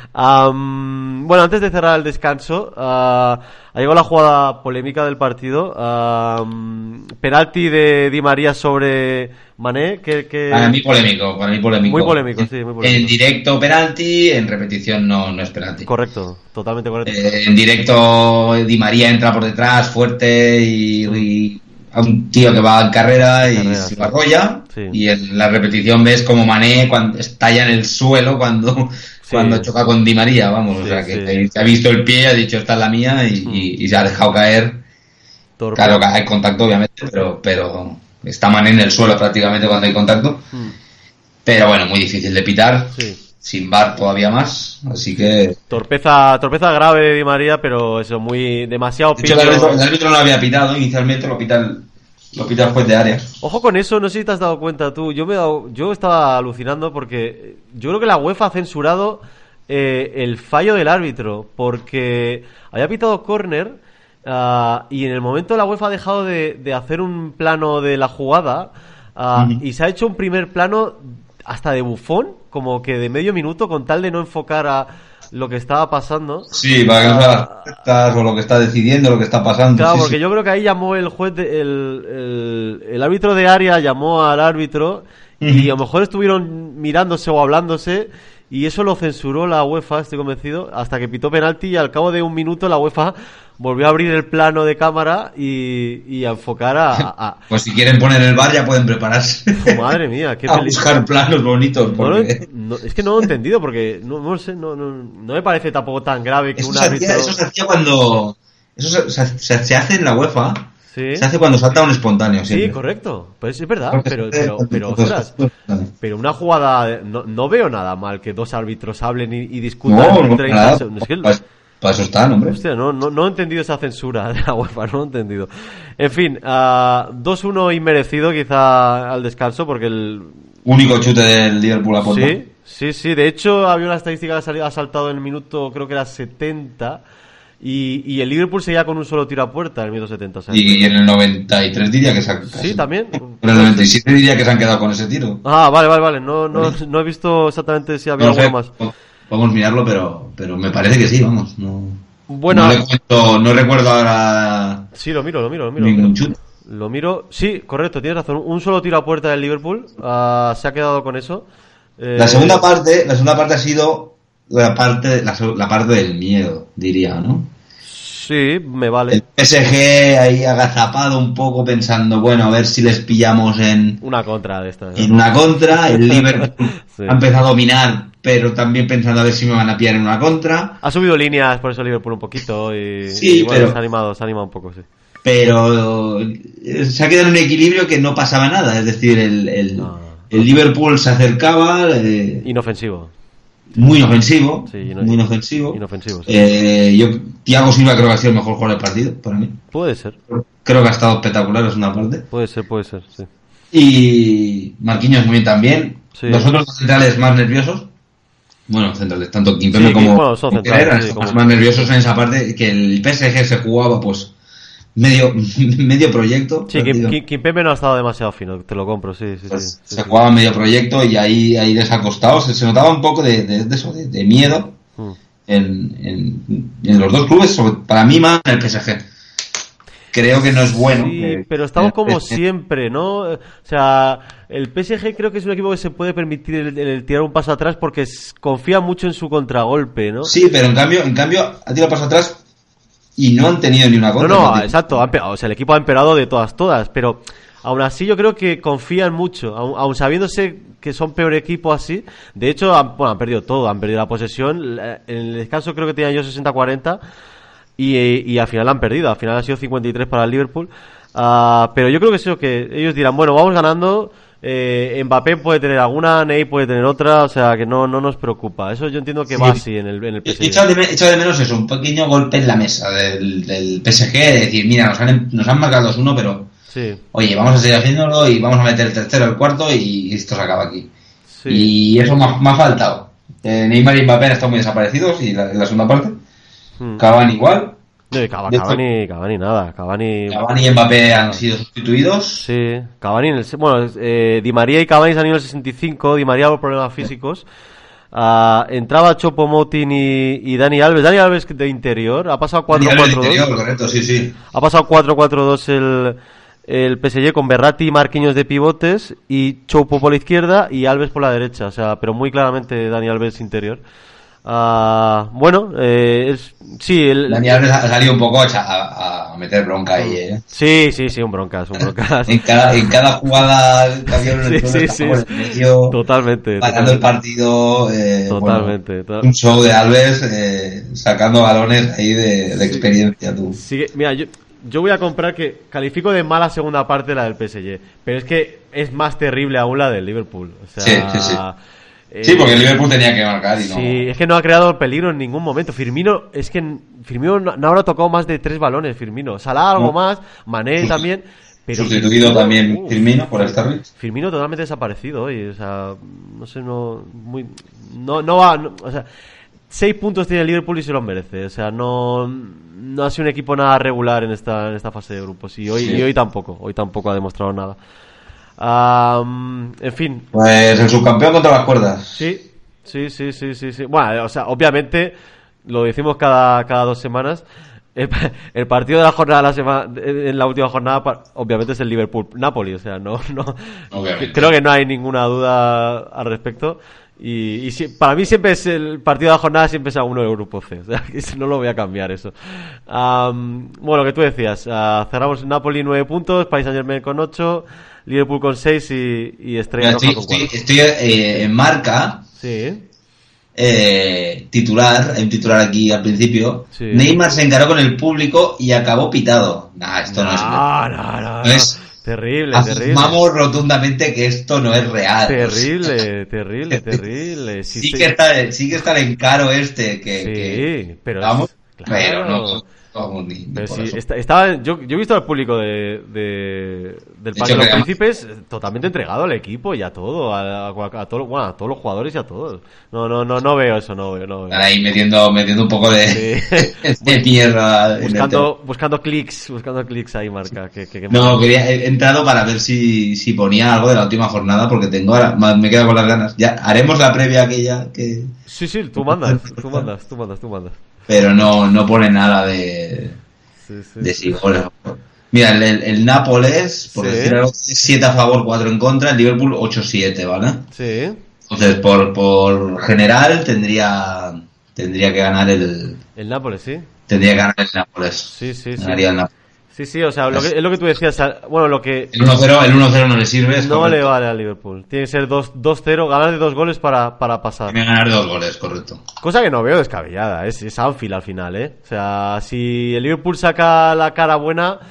Um, bueno, antes de cerrar el descanso, uh, ha llegado la jugada polémica del partido. Um, penalti de Di María sobre Mané. Que, que... Para mí polémico, para mí polémico. Muy polémico, sí, muy polémico. En directo penalti, en repetición no, no es penalti. Correcto, totalmente correcto. Eh, en directo Di María entra por detrás fuerte y... y... a un tío que va en carrera y carrera, se lo arrolla sí. Y en la repetición ves como Mané cuando estalla en el suelo cuando, sí. cuando choca con Di María, vamos, sí, o sea que sí. se ha visto el pie, ha dicho esta es la mía y, mm. y, y se ha dejado caer. Torpe. Claro que hay contacto obviamente, pero, pero está Mané en el suelo prácticamente cuando hay contacto, mm. pero bueno, muy difícil de pitar. Sí. Sin V A R todavía más, así que... Torpeza torpeza grave de Di María, pero eso, muy... demasiado... De hecho, el, árbitro, el árbitro no lo había pitado, inicialmente lo pita el, lo pita el juez de área. Ojo con eso, no sé si te has dado cuenta tú, yo me he dado, yo estaba alucinando porque yo creo que la UEFA ha censurado eh, el fallo del árbitro, porque había pitado córner uh, y en el momento la UEFA ha dejado de, de hacer un plano de la jugada uh, mm-hmm. y se ha hecho un primer plano hasta de bufón, como que de medio minuto, con tal de no enfocar a lo que estaba pasando. Sí, para que no sean las rectas o lo que está decidiendo, lo que está pasando. Claro, sí, porque sí. yo creo que ahí llamó el juez, de, el, el, el árbitro de área llamó al árbitro uh-huh. y a lo mejor estuvieron mirándose o hablándose y eso lo censuró la UEFA, estoy convencido, hasta que pitó penalti y al cabo de un minuto la UEFA volvió a abrir el plano de cámara y, y a enfocar a, a... Pues si quieren poner el V A R ya pueden prepararse. Oh, madre mía, qué a peli... buscar planos bonitos. Porque... No, no, es que no lo he entendido porque no, no sé, no, no, no me parece tampoco tan grave que eso un se árbitro... Hacía, eso se hacía cuando... Eso se, se, se hace en la UEFA Sí. Se hace cuando salta un espontáneo. Sí, siempre. correcto. Pues es verdad, pero, pero, pero, ostras, pero una jugada, no, no veo nada mal que dos árbitros hablen y, y discutan No, no, treinta nada, segundos. Es que- para, para eso están, hombre. Hostia, no, no, no he entendido esa censura de la UEFA, no he entendido. En fin, uh, dos uno inmerecido quizá al descanso, porque el... Único chute del Liverpool a puerta. Sí, sí, sí. De hecho, había una estadística que ha salido- ha saltado en el minuto, creo que era setenta, y, y el Liverpool seguía con un solo tiro a puerta en el minuto setenta. O sea, Y en el noventa y tres diría que se han... sí, también. En el noventa y siete diría que se han quedado con ese tiro. Ah, vale, vale, vale. No, no, no he visto exactamente si había No sé, alguno más. podemos mirarlo, pero, pero me parece que sí, vamos. No, Bueno, no, recuerdo, no recuerdo ahora sí, lo miro, lo miro, lo miro. ningún Lo miro. chute. Lo miro. Sí, correcto, tienes razón. Un solo tiro a puerta del Liverpool. Ah, se ha quedado con eso. Eh, La segunda parte, la segunda parte ha sido la parte, la, la parte del miedo, diría, ¿no? Sí, me vale. El P S G ahí agazapado un poco pensando, bueno, a ver si les pillamos en, Una contra de estas. ¿no? en una contra. El Liverpool Sí. ha empezado a dominar, pero también pensando a ver si me van a pillar en una contra. Ha subido líneas por eso Liverpool un poquito y, Sí, y bueno, pero- se ha animado, se ha animado un poco, sí. Pero eh, se ha quedado en un equilibrio que no pasaba nada. Es decir, el, el, No. el Liverpool se acercaba, eh, Inofensivo. muy inofensivo, Sí, ino- muy inofensivo. inofensivo, sí. Eh, yo, Thiago Silva creo que ha sido el mejor jugador del partido, para mí. Puede ser, Creo que ha estado espectacular, es una parte. puede ser, puede ser, sí. Y Marquinhos muy bien también. Sí. Los otros dos centrales más nerviosos. Bueno, centrales, tanto Kimpembe Sí, como bueno, son centrales, Herrera, sí, están como- más nerviosos en esa parte, que el P S G se jugaba pues medio medio proyecto. Sí, partido. Kim- Kim- Kimpembe no ha estado demasiado fino, te lo compro, sí, sí, Pues sí. sí, se sí. jugaba medio proyecto y ahí, ahí les ha costado. Se, se notaba un poco de, de, de eso, de, de miedo Mm. en, en, en los dos clubes, sobre- para mí más en el P S G. Creo que no es bueno. Sí, que- pero estamos que- como siempre, ¿no? O sea, el P S G creo que es un equipo que se puede permitir el, el tirar un paso atrás porque s- confía mucho en su contragolpe, ¿no? Sí, pero en cambio, en cambio ha tirado paso atrás y no han tenido ni una No, contra. no, tío. exacto, ha empe- o sea, el equipo ha empeorado de todas, todas, pero aún así yo creo que confían mucho, aun, aun sabiéndose que son peor equipo así. De hecho, han, bueno, han perdido todo, han perdido la posesión. La- En el descanso creo que tenían yo sesenta cuarenta y, y al final han perdido, al final ha sido cincuenta y tres para el Liverpool. Ah, pero yo creo que es eso, que ellos dirán, bueno, vamos ganando. Eh, Mbappé puede tener alguna, Ney puede tener otra, o sea que no, no nos preocupa. Eso yo entiendo que Sí. va así en el, en el P S He G. echado de, me- he echado de menos eso, un pequeño golpe en la mesa del, del P S G, de decir, mira, nos han, nos han marcado dos uno, pero Sí, oye, vamos a seguir haciéndolo y vamos a meter el tercero, el cuarto y esto se acaba aquí. sí. Y eso me ha, me ha faltado. Eh, Neymar y Mbappé han estado muy desaparecidos y la, en la segunda parte. Mm. Cavani igual. No, y Cava- de hecho- Cavani, Cavani nada, Cavani... Cavani y Mbappé han sido sustituidos. Sí, Cavani en el... se- Bueno, eh, Di María y Cavani se han ido en el sesenta y cinco, Di María por problemas físicos. Ah, entraba Choupo-Moting y, y Dani Alves. Dani Alves de interior, ha pasado cuatro Nivel cuatro interior, dos. correcto, sí, sí. Ha pasado cuatro cuatro dos el, el P S G con Berratti y Marquinhos de pivotes y Choupo por la izquierda y Alves por la derecha. O sea, pero muy claramente Dani Alves interior. Ah, bueno, eh, es, sí, el, Dani Alves ha salido un poco a, echa- a- a meter bronca ahí, ¿eh? sí, sí, sí, un broncas, un broncas. En cada, en cada jugada que había en el Sí, sí, sí, por el sí. medio, Totalmente. parando el totalmente. partido. Eh, Totalmente, bueno, to- un show de Alves eh, sacando balones ahí de, de experiencia, tú. Sigue- mira, yo, yo voy a comprar que califico de mala segunda parte la del P S G, pero es que es más terrible aún la del Liverpool. O sea, Sí, sí, sí. eh, Sí, porque el Liverpool tenía que marcar y no. sí, es que no ha creado peligro en ningún momento. Firmino, es que Firmino no, no habrá tocado más de tres balones, Firmino. Salah algo No. más, Mané también. Pero Sustituido también Uf, Firmino por Starrich. Firmino totalmente desaparecido hoy, o sea, no sé, no muy no no va, no- o sea, seis puntos tiene el Liverpool y se los merece, o sea, no no ha sido un equipo nada regular en esta en esta fase de grupos y hoy Sí. y hoy tampoco, hoy tampoco ha demostrado nada. Am, en fin, Pues el subcampeón contra las cuerdas. sí, sí, sí, sí, sí, sí. Bueno, o sea, obviamente lo decimos cada cada dos semanas. El, el partido de la jornada la semana, en la última jornada pa- obviamente es el Liverpool-Napoli, o sea, no, no Obviamente. creo que no hay ninguna duda al respecto y, y si- para mí siempre es el partido de la jornada siempre es a uno del grupo C, o sea, que eso no lo voy a cambiar eso. Am, bueno, lo que tú decías, ah, cerramos Napoli nueve puntos, Paris Saint-Germain con ocho, Liverpool con seis y, y Estrella Mira, Roja estoy con estoy, cuatro. estoy, eh, en marca Sí, eh, titular, hay un titular aquí al principio, sí. Neymar se encaró con el público y acabó pitado. Nah, esto no, no es... No, no, no. no es terrible, afirmamos terrible. rotundamente que esto no es real. Terrible, terrible, terrible. Sí, sí, que está, sí que está el encaro este que... Sí, que, pero... Vamos, claro. pero no... No, ni, ni pero sí, está, estaba, yo, yo he visto al público de, de del Parque de los Príncipes totalmente entregado al equipo y a todo, a, a, a, todo, bueno, a todos los jugadores y a todos. No, no, no, no veo eso, no veo, no veo. Están ahí metiendo, metiendo un poco de, sí. de tierra. Buscando, buscando clics, buscando clics ahí, Marca. Que, que, que no, quería, he entrado para ver si, si ponía algo de la última jornada porque tengo ahora, me quedo con las ganas. Ya haremos la previa aquella que... Sí, sí, tú mandas, tú mandas, tú mandas, tú mandas. Pero no, no pone nada de, sí, sí, de sí. Mira, el, el Nápoles, por sí. decir algo, siete a favor, cuatro en contra, el Liverpool ocho siete, ¿vale? Sí. Entonces, por, por general, tendría tendría que ganar el... El Nápoles, sí. Tendría que ganar el Nápoles. Sí, sí, sí. Ganaría el Nápoles. Sí, sí, o sea, lo que, es lo que tú decías, bueno, lo que... El uno cero, el uno cero no le sirve, es No correcto. le vale al Liverpool. Tiene que ser dos cero, ganar de dos goles para, para pasar. Tiene que ganar de dos goles, correcto. Cosa que no veo descabellada, es, es Anfield al final, ¿eh? O sea, si el Liverpool saca la cara buena,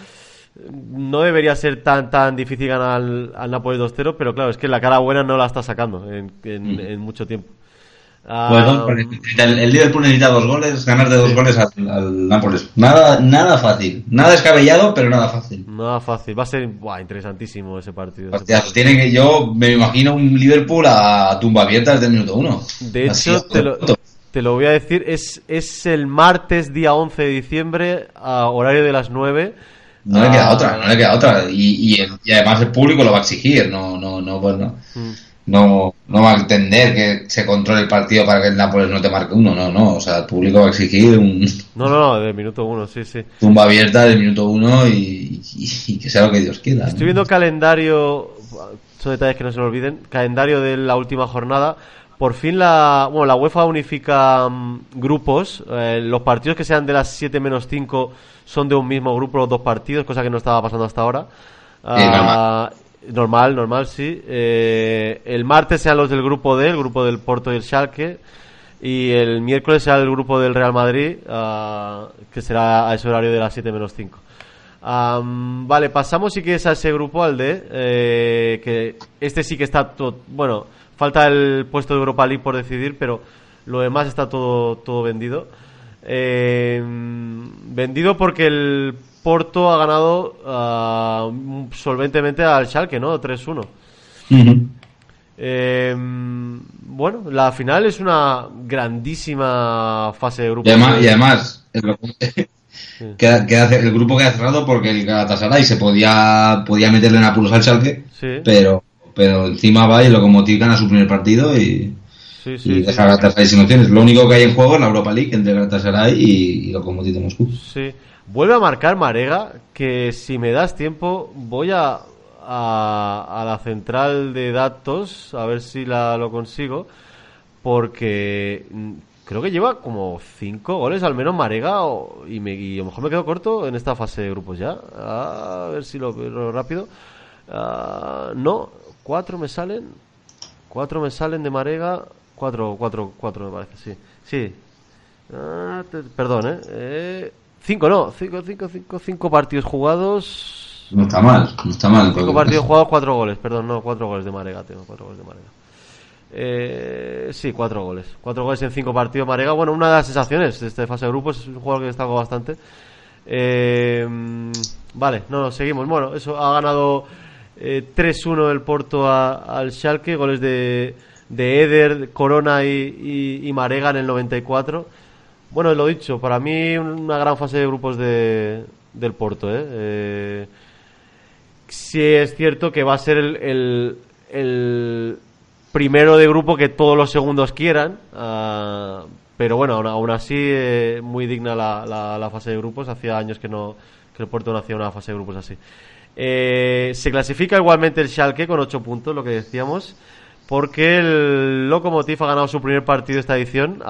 no debería ser tan tan difícil ganar al, al Napoli dos cero, pero claro, es que la cara buena no la está sacando en, en, mm. en mucho tiempo. Pues el, el Liverpool necesita dos goles, ganar de dos sí. goles al, al Nápoles. Nada, nada fácil, nada descabellado, pero nada fácil. Nada fácil, va a ser buah, interesantísimo ese partido. Hostia, ese partido. Tiene que, yo me imagino un Liverpool a tumba abierta desde el minuto uno. De Así hecho, te lo, te lo voy a decir, es, es el martes día once de diciembre a horario de las nueve. No le queda otra, no le queda otra. Y, y, y además el público lo va a exigir, no, no, no, pues no. Mm. No, no va a entender que se controle el partido para que el Nápoles no te marque uno, no, no, o sea, el público va a exigir un... No, no, no, del minuto uno, sí, sí. Tumba abierta del minuto uno y, y, y que sea lo que Dios quiera. Estoy ¿no? viendo calendario, son detalles que no se me olviden, calendario de la última jornada. Por fin la, bueno, la UEFA unifica um, grupos, eh, los partidos que sean de las siete menos cinco son de un mismo grupo, los dos partidos, cosa que no estaba pasando hasta ahora. Sí, uh, normal. Normal, normal, sí. Eh, el martes sean los del grupo D, el grupo del Porto y el Schalke. Y el miércoles será el grupo del Real Madrid, uh, que será a ese horario de las siete menos cinco. Um, vale, pasamos si quieres a ese grupo, al D. Eh, que este sí que está todo... Bueno, falta el puesto de Europa League por decidir, pero lo demás está todo, todo vendido. Eh, vendido porque el Porto ha ganado uh, solventemente al Schalke, ¿no? tres uno. Uh-huh. Eh, bueno, la final es una grandísima fase de grupo. Y además, y además sí. queda, queda, el grupo queda cerrado porque el Galatasaray se podía podía meterle en apuros al Schalke, sí. pero pero encima va y el Lokomotiv gana su primer partido y, sí, sí, y deja a Galatasaray sin opciones. Lo único que hay en juego es la Europa League entre Galatasaray y, y Lokomotiv de Moscú. Sí. Vuelve a marcar Marega, que si me das tiempo voy a, a, a la central de datos a ver si la lo consigo, porque creo que lleva como cinco goles al menos Marega o, y, me, y a lo mejor me quedo corto en esta fase de grupos ya. A ver si lo veo rápido. Uh, no, cuatro me salen, cuatro me salen de Marega, cuatro, cuatro, cuatro me parece, sí, sí. Uh, te, perdón, eh. eh Cinco, no, cinco, cinco, cinco, cinco partidos jugados. No está mal, no está mal. Cinco partidos jugados, cuatro goles, perdón, no, cuatro goles de Marega, tengo cuatro goles de Marega. Eh, sí, cuatro goles, cuatro goles en cinco partidos Marega. Bueno, una de las sensaciones de esta fase de grupos, es un jugador que destaco bastante. Eh, vale, no, seguimos. Bueno, eso ha ganado eh, tres uno el Porto a, al Schalke, goles de, de Eder, Corona y, y, y Marega en el noventa y cuatro. Bueno, lo dicho, para mí una gran fase de grupos de, del Porto, ¿eh? Eh, sí es cierto que va a ser el, el, el primero de grupo que todos los segundos quieran, uh, pero bueno, aún, aún así eh, muy digna la, la, la fase de grupos. Hacía años que no que el Porto no hacía una fase de grupos así. Eh, se clasifica igualmente el Schalke con ocho puntos, lo que decíamos, porque el Lokomotiv ha ganado su primer partido esta edición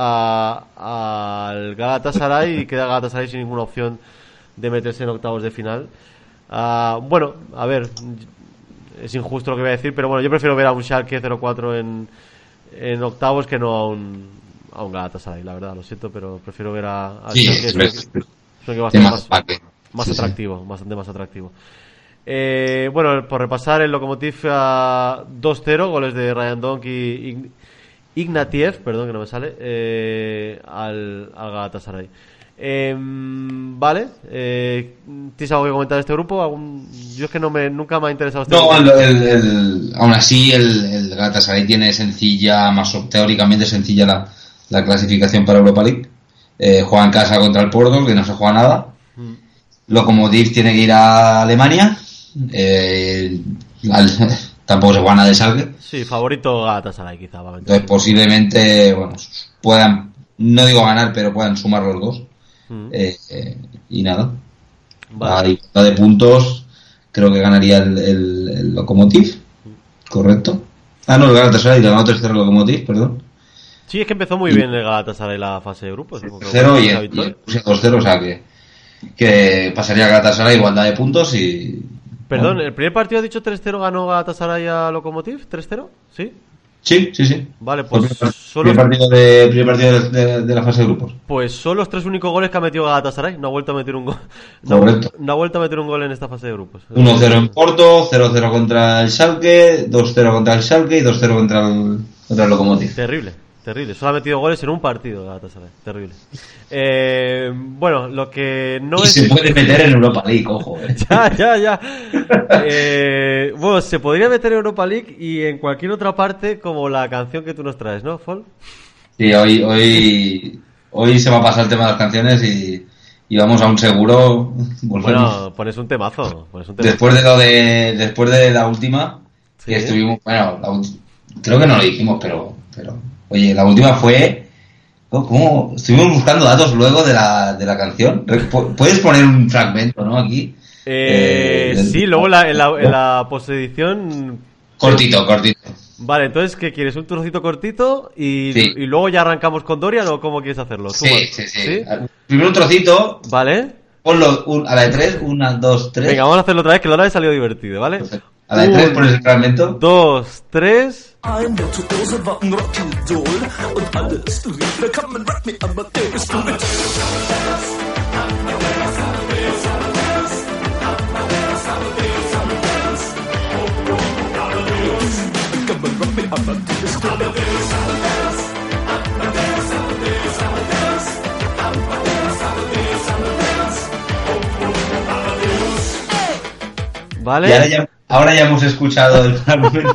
al Galatasaray y queda Galatasaray sin ninguna opción de meterse en octavos de final. Uh, bueno, a ver, es injusto lo que voy a decir, pero bueno, yo prefiero ver a un Schalke cero cuatro en, en octavos que no a un a un Galatasaray, la verdad, lo siento, pero prefiero ver a, a sí, Schalke, es, es, que va a ser más, más sí, atractivo, sí. bastante más atractivo. Eh, bueno, por repasar, el Lokomotiv a dos cero, goles de Ryan Donk y Ignatiev, perdón que no me sale, eh, al, al Galatasaray. Eh, vale, eh, ¿tienes algo que comentar de este grupo? ¿Algún... Yo es que no me, nunca me ha interesado este no, grupo. El, el, el, aún así el, el Galatasaray tiene sencilla, más teóricamente sencilla la, la clasificación para Europa League. Eh, juega en casa contra el Porto, que no se juega nada. Mm. Lokomotiv tiene que ir a Alemania. Eh, al, tampoco se juega nada de Schalke. Sí, favorito Galatasaray quizá. Entonces posiblemente, bueno, puedan, no digo ganar, pero puedan sumar los dos. Mm. Eh, eh, y nada. Vale. A de puntos, creo que ganaría el, el, el Lokomotiv. Correcto. Ah, no, el Galatasaray ganó tres cero el Lokomotiv, perdón. Sí, es que empezó muy y, bien el Galatasaray la fase de grupos. cero y el dos cero, o sea que, que pasaría a Galatasaray igualdad de puntos y... Perdón, bueno. ¿El primer partido ha dicho tres cero ganó Galatasaray a Lokomotiv? ¿tres cero? ¿Sí? Sí, sí, sí. Vale, pues el primer, solo... primer partido, de, primer partido de, de, de la fase de grupos. Pues son los tres únicos goles que ha metido Galatasaray. No ha vuelto a meter un gol. No, Correcto. No ha vuelto a meter un gol en esta fase de grupos. uno cero en Porto, cero cero contra el Schalke, dos cero contra el Schalke y dos cero contra el, contra el Lokomotiv. Terrible. Terrible, solo ha metido goles en un partido Galatasaray, terrible. Eh, bueno, lo que no y es... se puede meter en Europa League, ojo. Eh. Ya, ya, ya. Eh, bueno, se podría meter en Europa League y en cualquier otra parte como la canción que tú nos traes, ¿no, Fol? Sí, hoy, hoy, hoy se va a pasar el tema de las canciones y, y vamos a un seguro. Volvemos. Bueno, pones un temazo, pones un temazo. Después de lo de, después de la última, ¿sí? Que estuvimos, bueno, la, creo que no lo dijimos, pero, pero oye, la última fue, ¿cómo? Estuvimos buscando datos luego de la, de la canción. Puedes poner un fragmento, ¿no? Aquí. Eh, eh, sí, luego la, en la, en la postedición. Cortito, cortito. Vale, entonces, ¿qué quieres? ¿Un trocito cortito? Y, sí. y luego ya arrancamos con Dorian o cómo quieres hacerlo? Sí, sí, sí, sí. Primero un trocito. Vale. Ponlo un, a la de tres, una, dos, tres. Venga, vamos a hacerlo otra vez, que la hora ha salido divertido, ¿vale? Perfecto. A la de tres pones el fragmento. Dos, tres. Ein Virtuose war ein Rockidol und alles rief, wer kann man rock me, aber der ist du mit. Kann man rock me, aber der ist du mit. Vale. Y ahora ya, ahora ya hemos escuchado el fragmento.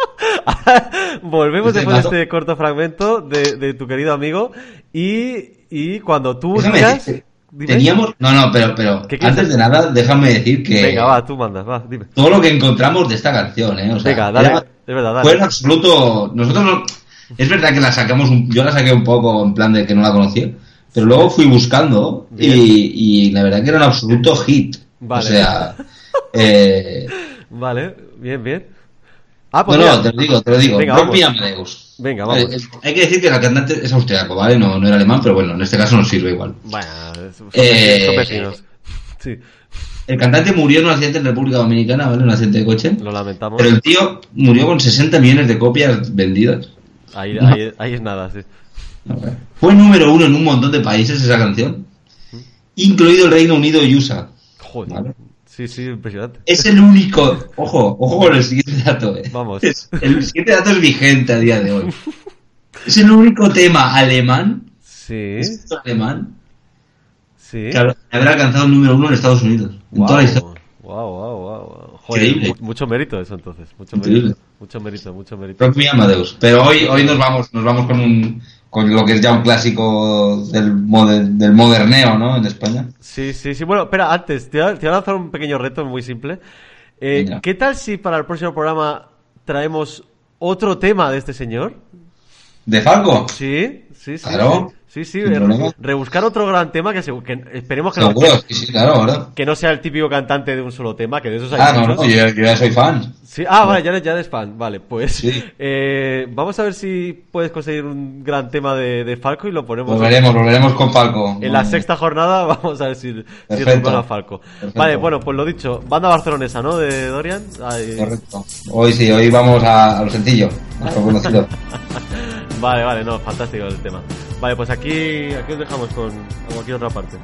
Volvemos después de este corto fragmento de, de tu querido amigo y, y cuando tú buscas... Teníamos... No, no, pero, pero antes de nada, déjame decir que... Venga, va, tú mandas, va, dime. Todo lo que encontramos de esta canción, ¿eh? O sea, venga, dale, era, es verdad, dale. Fue en absoluto... Nosotros no... Es verdad que la sacamos... Un... Yo la saqué un poco en plan de que no la conocía, pero luego fui buscando y, y la verdad que era un absoluto hit. Vale. O sea... eh... Vale, bien, bien. Ah, pues no, mira. no, te lo digo, te lo digo. Venga, Rock Amadeus. Venga, vamos. Eh, hay que decir que la cantante es austriaco, ¿vale? No, no era alemán, pero bueno, en este caso nos sirve igual. Bueno, son eh, vecinos. Sí. El cantante murió en un accidente en República Dominicana, ¿vale? Un accidente de coche. Lo lamentamos. Pero el tío murió con sesenta millones de copias vendidas. Ahí, ahí, ahí es nada, sí. Okay. Fue número uno en un montón de países esa canción, ¿Mm? incluido el Reino Unido y U S A. Joder. ¿Vale? Sí, sí, impresionante. Es el único... Ojo, ojo con el siguiente dato, eh. Vamos. Es, el siguiente dato es vigente a día de hoy. Es el único tema alemán. Sí. ¿Es alemán? Sí. Que habrá alcanzado el número uno en Estados Unidos. En wow. toda la historia. Wow, wow, wow. Joder, increíble. Mucho mérito eso entonces. Mucho increíble. mérito. Mucho mérito, mucho mérito. Rock Me Amadeus. Pero hoy, hoy nos vamos, nos vamos con un... con lo que es ya un clásico del, moder, del moderneo, ¿no? En España. Sí, sí, sí. Bueno, espera, antes, te voy a, te voy a lanzar un pequeño reto muy simple. Eh, ¿Qué tal si para el próximo programa traemos otro tema de este señor? ¿De Falco? Sí, sí, sí. Claro. Sí, sí, re, rebuscar otro gran tema que, se, que esperemos que Seguro, no, sí, sí, claro, ¿verdad? Que no sea el típico cantante de un solo tema, que de esos hay ah, muchos. no, no, yo, yo ya soy fan. Sí, ah, vale, ya eres, ya eres fan, vale, pues sí. eh, vamos a ver si puedes conseguir un gran tema de, de Falco y lo ponemos. Volveremos, en, volveremos con Falco. En la sexta jornada vamos a ver si, si recuerda Falco. Perfecto. Vale, bueno, pues lo dicho, banda barcelonesa, ¿no? De Dorian. Ahí... Correcto. Hoy sí, hoy vamos a, a lo sencillo, a lo conocido. Vale, vale, no, fantástico el tema. Vale, pues aquí, aquí os dejamos con cualquier otra parte.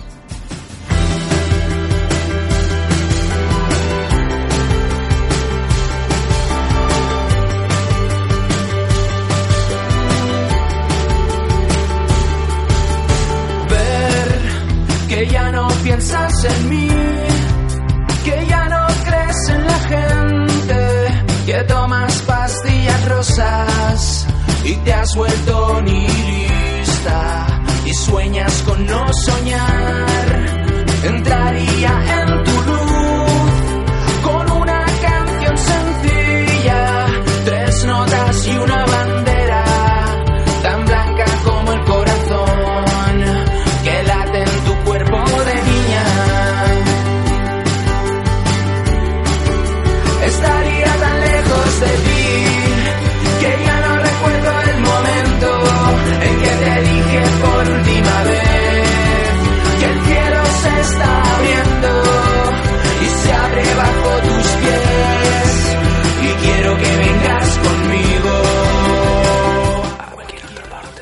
Que ya no piensas en mí, que ya no crees en la gente, que tomas pastillas rosas y te has vuelto nihilista y sueñas con no soñar. Entraría en tu luz con una canción sencilla, tres notas y una bandera tan blanca como el corazón que late en tu cuerpo de niña. Estaría tan lejos de ti que ya no recuerdo el momento en que te dije por última vez que el cielo se está abriendo y se abre bajo tus pies y quiero que vengas conmigo a cualquier otra parte.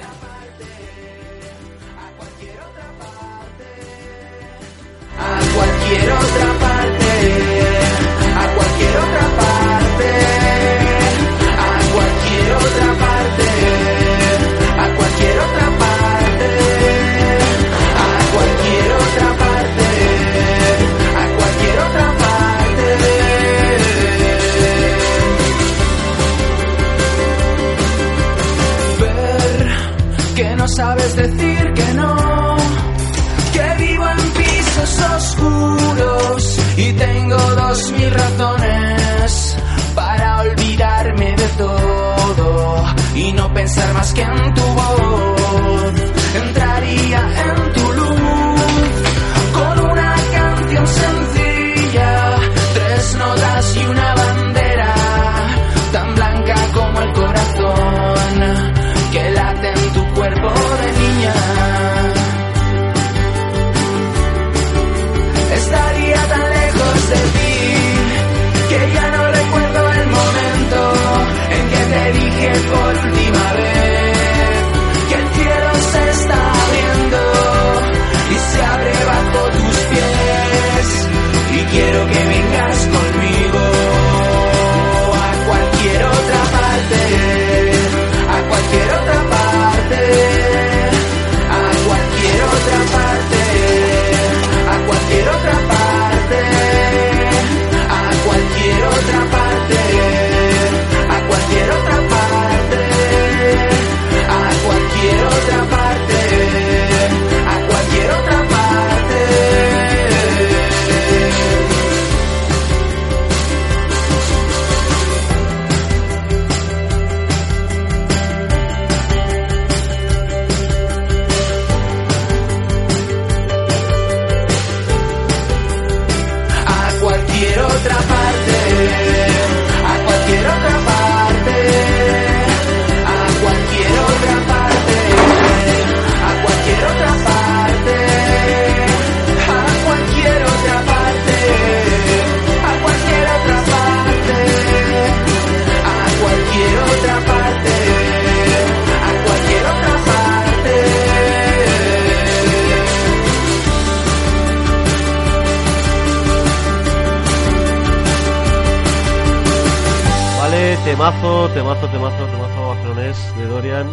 A cualquier otra parte, a cualquier otra parte, a cualquier otra parte, a cualquier otra parte, a cualquier otra parte, a cualquier otra parte. Ver que no sabes decir que no, que vivo en pisos oscuros y tengo dos mil razones para olvidarme de todo y no pensar más que en tu voz. Entraría en tu luz con una canción sencilla, tres notas y una bandera tan blanca como el corazón que late en tu cuerpo de niña. Estaría tan lejos de ti que ya no recuerdo el momento en que te dije por última vez que el cielo se está abriendo y se abre bajo tus pies y quiero que vengas conmigo a cualquier otra parte, a cualquier otra parte, a cualquier otra parte, a cualquier otra parte, a cualquier otra parte, a cualquier otra parte, a cualquier otra parte, a cualquier otra parte. A cualquier otra parte, a cualquier otra parte, a cualquier otra parte, a cualquier otra parte, a cualquier otra parte, a cualquier otra parte, a cualquier otra parte, a cualquier otra parte. Vale, temazo, temazo, temazo, temazo barcelonés de Dorian.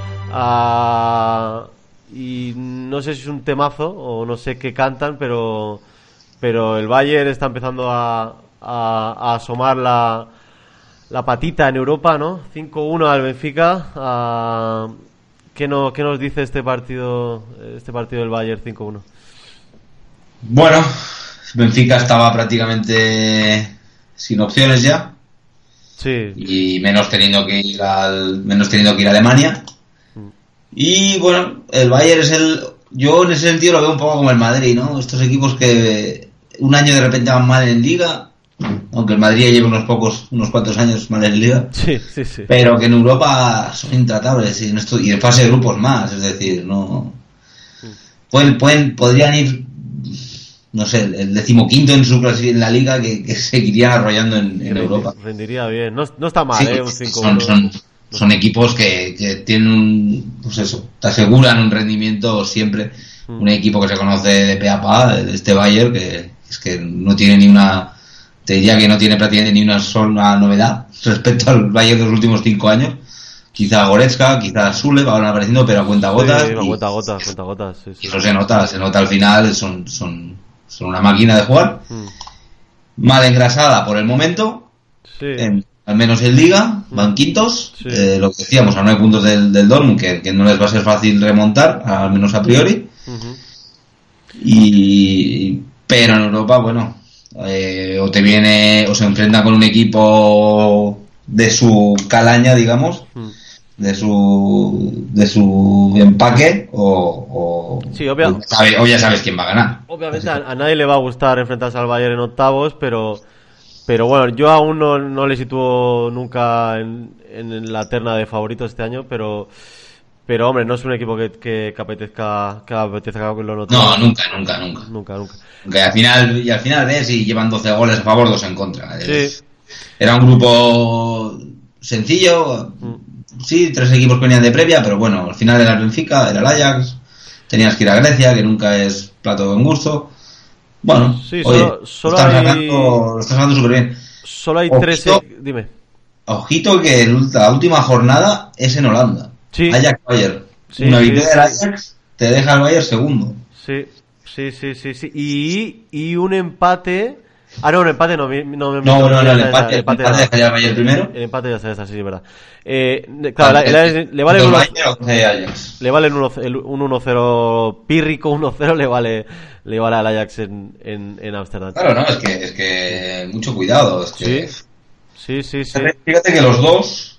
Ah, y no sé si es un temazo o no sé qué cantan, pero pero el Bayern está empezando a, a, a asomar la, la patita en Europa, ¿no? cinco uno al Benfica. Ah, ¿qué, no, ¿Qué nos dice este partido este partido del Bayern cinco uno? Bueno, Benfica estaba prácticamente sin opciones ya. Sí. Y menos teniendo que ir al menos teniendo que ir a Alemania. Y bueno, el Bayern es el, yo en ese sentido lo veo un poco como el Madrid, ¿no? Estos equipos que un año de repente van mal en Liga, aunque el Madrid lleva unos pocos, unos cuantos años mal en Liga. Sí, sí, sí. Pero que en Europa son intratables y en esto, y en fase de grupos más, es decir, no pueden, pueden podrían ir, no sé, el decimoquinto en su clasificación en la Liga, que, que seguirían arrollando en, en Europa. Rendiría bien. No, no está mal, sí, ¿eh? Un cinco uno. Son, son, son equipos que, que tienen un, pues eso, te aseguran un rendimiento siempre. Un equipo que se conoce de pe a pa, este Bayern, que es que no tiene ni una, te diría que no tiene prácticamente ni una sola novedad respecto al Bayern de los últimos cinco años. Quizá Goretzka, quizá Sule van apareciendo, pero a cuenta gotas. Sí, y, cuenta gotas, cuenta gotas. Sí, sí. Y eso se nota, se nota al final, son, son, son una máquina de jugar. Mm. Mal engrasada por el momento, sí. en, al menos en Liga, mm. van quintos. Sí. Eh, lo que decíamos, a nueve puntos del, del Dortmund, que, que no les va a ser fácil remontar, al menos a priori. Uh-huh. Y pero en Europa, bueno, eh, o te viene, o se enfrenta con un equipo de su calaña, digamos. Uh-huh. de su de su empaque o, o, sí, obvia- o, ya sabes, o ya sabes quién va a ganar. Obviamente a, a nadie le va a gustar enfrentarse al Bayern en octavos, pero pero bueno, yo aún no, no le sitúo nunca en, en la terna de favoritos este año, pero pero hombre, no es un equipo que, que, que apetezca que apetezca que lo note. No, nunca, nunca, nunca. Nunca, nunca. Y al final, y al final ves y llevan doce goles a favor, dos en contra. Sí. Era un grupo sencillo. Mm. Sí, tres equipos que venían de previa, pero bueno, al final era el Benfica, era el Ajax, tenías que ir a Grecia, que nunca es plato de buen gusto. Bueno, sí, oye, solo, solo lo estás hay... sacando, lo estás sacando súper bien. Solo hay ojito, trece... Dime. Ojito que la última jornada es en Holanda. Sí. Ajax-Bayern. Sí, Una sí, victoria sí. del Ajax te deja el Bayern segundo. Sí, sí, sí, sí, sí. Y, y un empate... Ah, no, un empate no. No, no, no, no, no, el empate, el empate dejaría al Bayern primero. El empate ya está, sí, es verdad. Eh, claro, la, la, le vale un le vale un uno cero pírrico, uno cero le vale le vale al Ajax en en en Ámsterdam. Claro, no, es que es que mucho cuidado, es que sí, sí, sí, sí. Fíjate que los dos,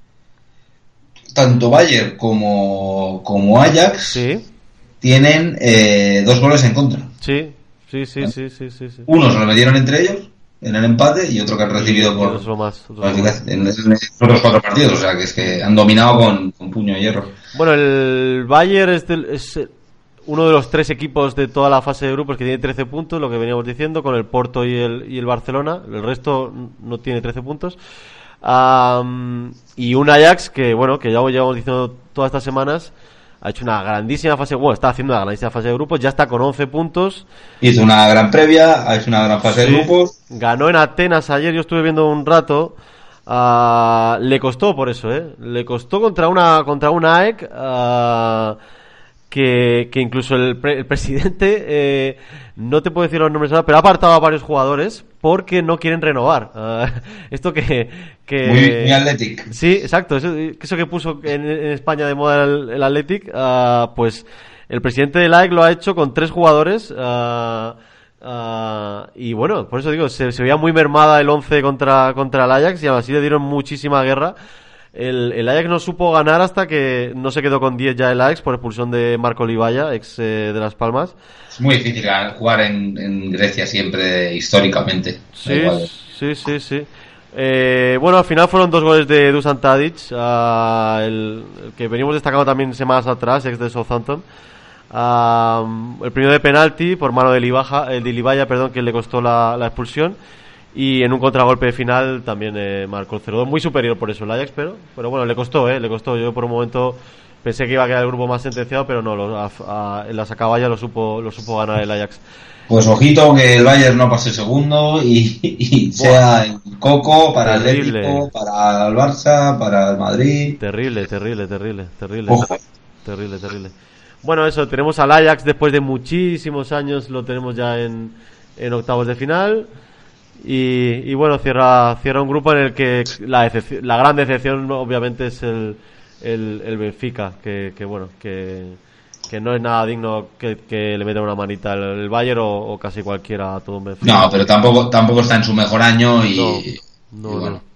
tanto Bayern como como Ajax, sí, tienen eh, dos goles en contra. Sí. Sí, sí, sí, sí, sí, sí. Uno se lo metieron entre ellos en el empate y otro que han recibido y, por y otro más, otro en, más. En, en otros cuatro partidos, o sea que es que han dominado con, con puño de hierro. Bueno, el Bayern es, del, es uno de los tres equipos de toda la fase de grupos que tiene trece puntos, lo que veníamos diciendo, con el Porto y el, y el Barcelona. El resto no tiene trece puntos. Um, y un Ajax que, bueno, que ya llevamos diciendo todas estas semanas, ha hecho una grandísima fase, bueno, está haciendo una grandísima fase de grupos, ya está con once puntos. Hizo una gran previa, ha hecho una gran fase sí. de grupos. Ganó en Atenas ayer, yo estuve viendo un rato. Uh, le costó por eso, ¿eh? Le costó contra una contra una A E C uh, que, que incluso el, pre, el presidente, eh, no te puedo decir los nombres ahora, pero ha apartado a varios jugadores porque no quieren renovar. Uh, esto que... que muy, muy Athletic. Sí, exacto. Eso, eso que puso en, en España de moda el, el Athletic, uh, pues el presidente del A E C lo ha hecho con tres jugadores. Uh, uh, y bueno, por eso digo, se, se veía muy mermada el once contra, contra el Ajax y aún así le dieron muchísima guerra. El, el Ajax no supo ganar hasta que no se quedó con diez ya el Ajax por expulsión de Marco Olivalla, ex eh, de Las Palmas. Es muy difícil jugar en, en Grecia siempre, históricamente. Sí, sí, sí, sí. Eh, bueno, al final fueron dos goles de Dusan Tadic, uh, el, el que venimos destacando también semanas atrás, ex de Southampton. Uh, el primero de penalti por mano de Livaya, el de Livaya, perdón, que le costó la, la expulsión. Y en un contragolpe final también eh, marcó el cero dos, muy superior por eso el Ajax, pero, pero bueno, le costó, eh, le costó. Yo por un momento pensé que iba a quedar el grupo más sentenciado, pero no, lo, a, a, en la sacaballa lo supo, lo supo ganar el Ajax. Pues ojito que el Bayern no pase segundo y, y sea el coco para el Atlético, para el Barça, para el Madrid. Terrible, terrible, terrible, terrible. Ojo. Terrible, terrible. Bueno, eso, tenemos al Ajax después de muchísimos años, lo tenemos ya en, en octavos de final. Y, y bueno, cierra cierra un grupo en el que la, la gran decepción obviamente es el, el, el Benfica, que, que bueno, que, que no es nada digno que, que le meta una manita el, el Bayern o, o casi cualquiera a todo un Benfica. No, pero tampoco tampoco está en su mejor año y, no, no, y bueno. no.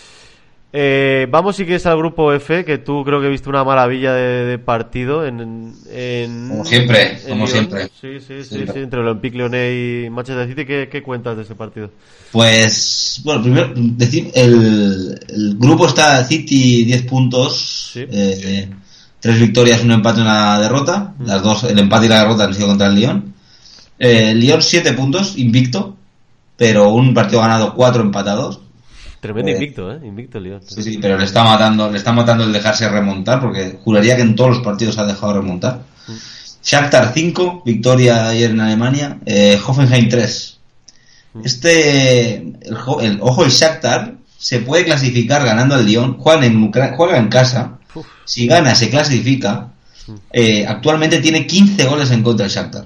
Eh, vamos si quieres al grupo F, que tú creo que viste una maravilla de, de partido en, en como siempre, en como Lyon. siempre. Sí, sí, sí, sí, entre el Olympique Lyonnais y Manchester City. ¿Qué, qué cuentas de ese partido? Pues, bueno, primero decir, el, el grupo está City diez puntos, sí. eh, tres victorias, un empate, una derrota. Mm. Las dos, el empate y la derrota han sido contra el Lyon. Eh, el Lyon siete puntos, invicto, pero un partido ganado, cuatro empatados. Tremendo eh, invicto, ¿eh? Invicto el Lyon. Sí, sí, pero le está matando, le está matando el dejarse remontar, porque juraría que en todos los partidos ha dejado remontar. Mm. Shakhtar cinco, victoria ayer en Alemania. Eh, Hoffenheim tres. Mm. Este, el, el, ojo, el Shakhtar se puede clasificar ganando al Lyon. Juega en, juega en casa. Uf. Si gana, se clasifica. Eh, actualmente tiene quince goles en contra del Shakhtar.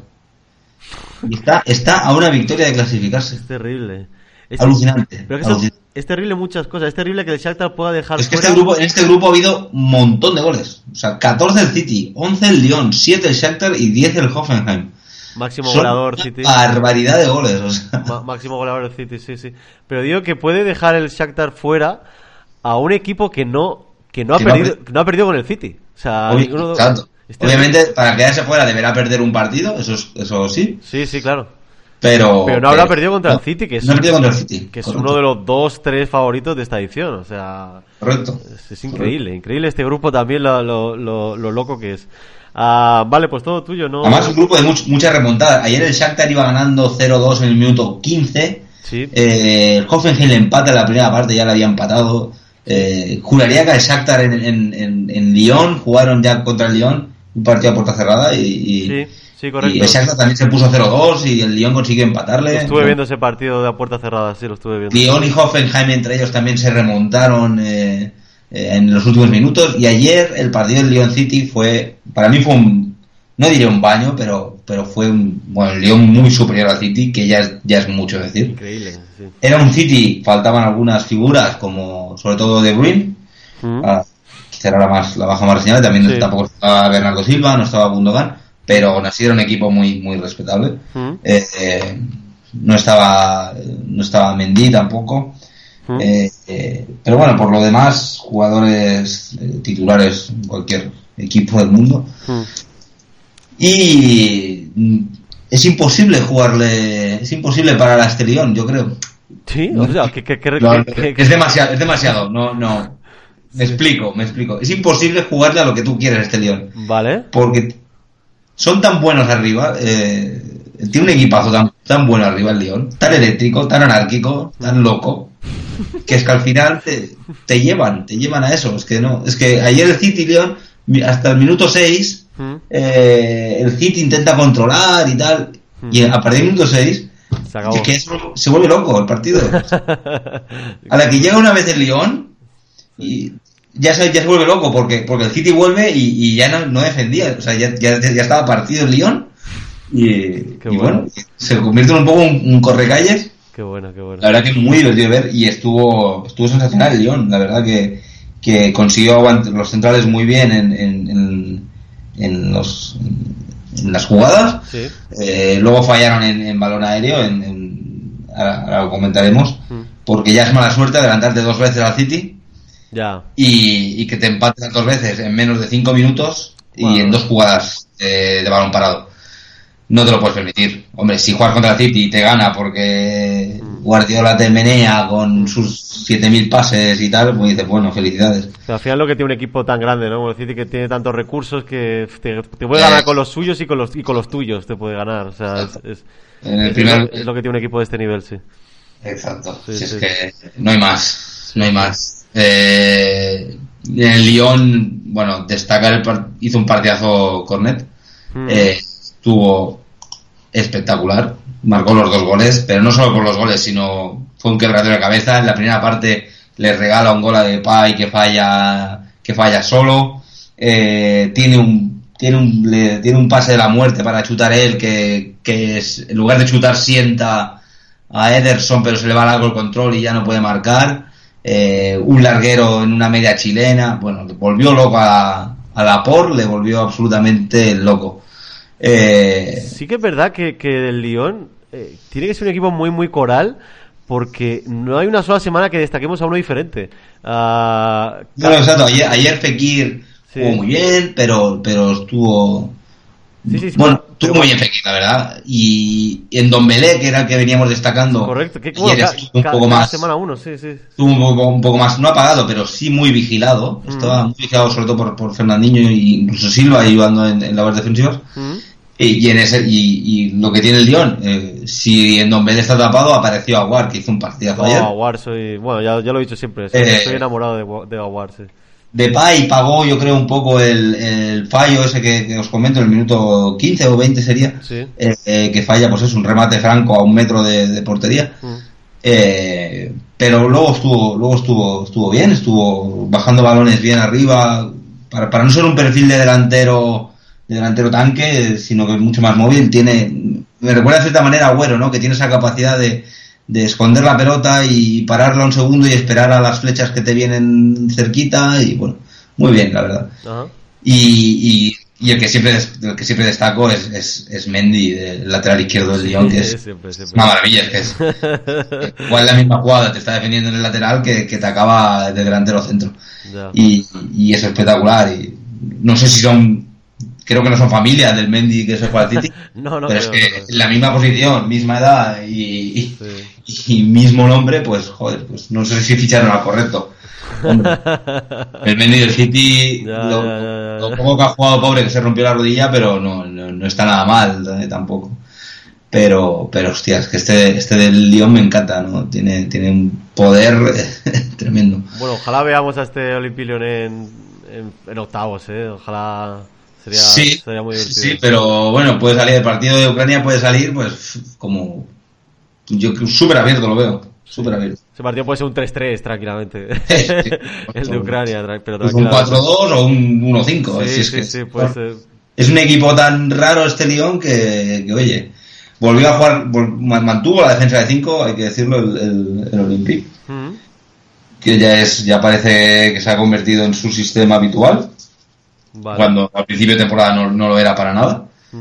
Y está, está a una victoria de clasificarse. Es terrible. Es alucinante. Pero es, alucinante. Es terrible muchas cosas. Es terrible que el Shakhtar pueda dejar es que fuera... este grupo, en este grupo ha habido un montón de goles. O sea, catorce el City, once el Lyon, siete el Shakhtar y diez el Hoffenheim. Máximo Son goleador City. Barbaridad de goles. O sea. Ma- máximo goleador City, sí, sí. Pero digo que puede dejar el Shakhtar fuera a un equipo que no que no ha, que perdido, no ha, que no ha perdido con el City. O sea, Obvio, ninguno... exacto. Este Obviamente, es... para quedarse fuera deberá perder un partido, eso, eso sí. Sí, sí, claro. Pero, pero no habrá perdido contra no, el City, que es, no ha perdido contra el City, que es uno de los dos, tres favoritos de esta edición. O sea, correcto. Es, es increíble, correcto. Increíble este grupo también, lo, lo, lo, lo loco que es. Uh, vale, pues todo tuyo, ¿no? Además, un grupo de much, muchas remontadas. Ayer el Shakhtar iba ganando cero dos en el minuto quince. Sí. Eh, el Hoffenheim le empata en la primera parte, ya le había empatado. Eh, juraría que el Shakhtar en, en, en, en Lyon jugaron ya contra el Lyon un partido a puerta cerrada y, y, sí, sí, correcto. Y el Shakhtar también se puso cero dos y el Lyon consiguió empatarle. Lo estuve viendo ese partido de a puerta cerrada, sí, lo estuve viendo. Lyon y Hoffenheim entre ellos también se remontaron eh, eh, en los últimos minutos. Y ayer el partido del Lyon City fue, para mí fue un, no diré un baño, pero pero fue un, bueno, el Lyon muy superior al City, que ya es, ya es mucho decir. Increíble, sí. Era un City, faltaban algunas figuras, como sobre todo De Bruyne, mm. ah, quizá era la, más, la baja más reseñable, también sí. Tampoco estaba Bernardo Silva, no estaba Gundogan, pero aún así era un equipo muy muy respetable. Mm. Eh, eh, no estaba no estaba Mendy tampoco. Mm. Eh, eh, pero bueno, por lo demás, jugadores eh, titulares en cualquier equipo del mundo. Mm. Y es imposible jugarle, es imposible parar a este Lyon, yo creo. Sí, o sea, que, que, que, no, que, que es demasiado, es demasiado, no, no. Me sí. explico, me explico. Es imposible jugarle a lo que tú quieres a este Lyon. Vale. Porque son tan buenos arriba, eh, tiene un equipazo tan, tan bueno arriba el Lyon, tan eléctrico, tan anárquico, tan loco, que es que al final te, te llevan, te llevan a eso. Es que no, es que ayer el City Lyon, hasta el minuto seis, Eh, el City intenta controlar y tal, hmm. y a partir del minuto seis es que eso, se vuelve loco el partido. A la que llega una vez el Lyon y ya se, ya se vuelve loco porque porque el City vuelve y, y ya no, no defendía, o sea, ya, ya, ya estaba partido el Lyon y, y bueno. bueno, se convierte en un poco un, un correcalles. Qué bueno, qué bueno. La verdad que es muy divertido de ver y estuvo estuvo sensacional el Lyon, la verdad que, que consiguió aguantar los centrales muy bien en, en, en en los en las jugadas. Sí. Eh, luego fallaron en, en balón aéreo, en, en, ahora, ahora lo comentaremos, mm. porque ya es mala suerte adelantarte dos veces al City ya. y, y que te empaten dos veces en menos de cinco minutos bueno. y en dos jugadas eh, de balón parado. No te lo puedes permitir. Hombre, si juegas contra el City y te gana porque mm. Guardiola te menea con sus siete mil pases y tal, pues dices, bueno, felicidades. O sea, al final lo que tiene un equipo tan grande, ¿no? Como el City, que tiene tantos recursos que te, te puede ganar eh, con los suyos y con los y con los tuyos te puede ganar. O sea, es, es, en el es, primer, es, lo, es lo que tiene un equipo de este nivel, sí. Exacto. Sí, si sí, es sí. que no hay más. No hay más. Eh, en el Lyon, bueno, destacar el part- hizo un partidazo Cornet. Hmm. Eh, estuvo espectacular, marcó los dos goles, pero no solo por los goles, sino fue un quebradero de cabeza. En la primera parte le regala un gol a Depay que falla que falla solo, eh, tiene un tiene un le, tiene un pase de la muerte para chutar él que, que es, en lugar de chutar sienta a Ederson, pero se le va largo el control y ya no puede marcar. Eh, un larguero en una media chilena, bueno, volvió loco a, a Laporte, le volvió absolutamente loco. Eh... Sí que es verdad que, que el Lyon eh, tiene que ser un equipo muy muy coral, porque no hay una sola semana que destaquemos a uno diferente. Uh, no, no, exacto. Ayer, ayer Fekir sí. jugó muy bien, pero pero estuvo sí, sí, sí, bueno, estuvo muy bien Fekir, la verdad. Y en Dombele, que era el que veníamos destacando, correcto, que ayer ca, estuvo un ca, poco más semana uno, sí, sí. Estuvo un poco, un poco más, no apagado, pero sí muy vigilado. Mm. Estaba muy vigilado sobre todo por, por Fernandinho e incluso Silva ayudando en, en labores defensivas. Mm. Y, y, en ese, y, y lo que tiene el Lyon, eh, si en Ndombele está tapado, apareció Aouar, que hizo un partidazo no, ayer. Aouar soy... Bueno, ya, ya lo he dicho siempre, soy, Eh, estoy enamorado de, de Aouar, sí. Depay pagó, yo creo, un poco el, el fallo ese que, que os comento, en el minuto quince o veinte sería, Sí. eh, eh, que falla, pues es un remate franco a un metro de, de portería. Mm. Eh, pero luego estuvo, luego estuvo, estuvo bien, estuvo bajando balones bien arriba, para, para no ser un perfil de delantero, de delantero tanque, sino que es mucho más móvil. Tiene, me recuerda de cierta manera a Agüero, ¿no? Que tiene esa capacidad de, de esconder la pelota y pararla un segundo y esperar a las flechas que te vienen cerquita, y bueno, muy bien, la verdad. Ajá. Y, y, y el que siempre el que siempre destaco es, es, es Mendy, el lateral izquierdo del Lyon, que es, siempre, siempre. es una maravilla, es que es igual la misma jugada, te está defendiendo en el lateral que, que te acaba de delantero centro. Ya. Y, y es espectacular. Y no sé si son, creo que no son familia del Mendy que se fue al City, No, no, pero es creo, que no, no. la misma posición, misma edad y, y, Sí. y mismo nombre, pues joder, pues no sé si ficharon al correcto. Hombre, el Mendy del City, Ya, lo, ya, ya, ya. lo poco que ha jugado, pobre, que se rompió la rodilla, pero no, no, no está nada mal, eh, tampoco. Pero, pero hostia, es que este, este del Lyon me encanta, ¿no? Tiene, tiene un poder tremendo. Bueno, ojalá veamos a este Olympique Lyonnais en, en, en octavos, ¿eh? Ojalá sería, Sí, sería muy divertido. sí, pero bueno, puede salir el partido de Ucrania, puede salir, pues, como, yo súper abierto lo veo, súper abierto. Ese partido puede ser un tres tres tranquilamente. Sí, sí. El de Ucrania, tra- pero Pues un tranquilamente. cuatro dos o un uno cinco. Sí, si es sí, que sí, puede ser. es un equipo tan raro este Lyon que, que oye, volvió a jugar, vol- mantuvo la defensa de cinco, hay que decirlo, el, el, el Olympique, Mm. que ya es, ya parece que se ha convertido en su sistema habitual, Vale. cuando al principio de temporada no, no lo era para nada. Mm.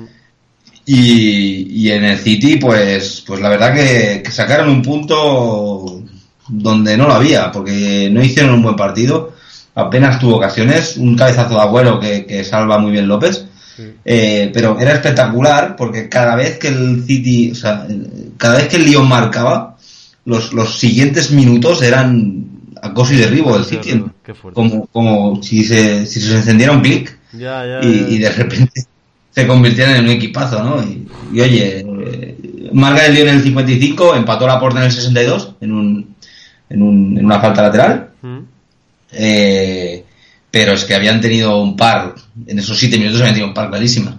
Y, y en el City, pues, pues la verdad que, que sacaron un punto donde no lo había, porque no hicieron un buen partido, apenas tuvo ocasiones, un cabezazo de Agüero que, que salva muy bien López, eh, pero era espectacular porque cada vez que el City, o sea, cada vez que el Lyon marcaba, los, los siguientes minutos eran acoso y derribo del City, Qué fuerte. como, como si se, si se encendiera un clic Ya, ya, y, ya. y de repente se convirtieron en un equipazo, ¿no? Y, y oye, eh, marca el Lyon en el cincuenta y cinco, empató la Porta en el sesenta y dos en un, en un, en una falta lateral, Mm. eh, pero es que habían tenido un par, en esos siete minutos habían tenido un par clarísima.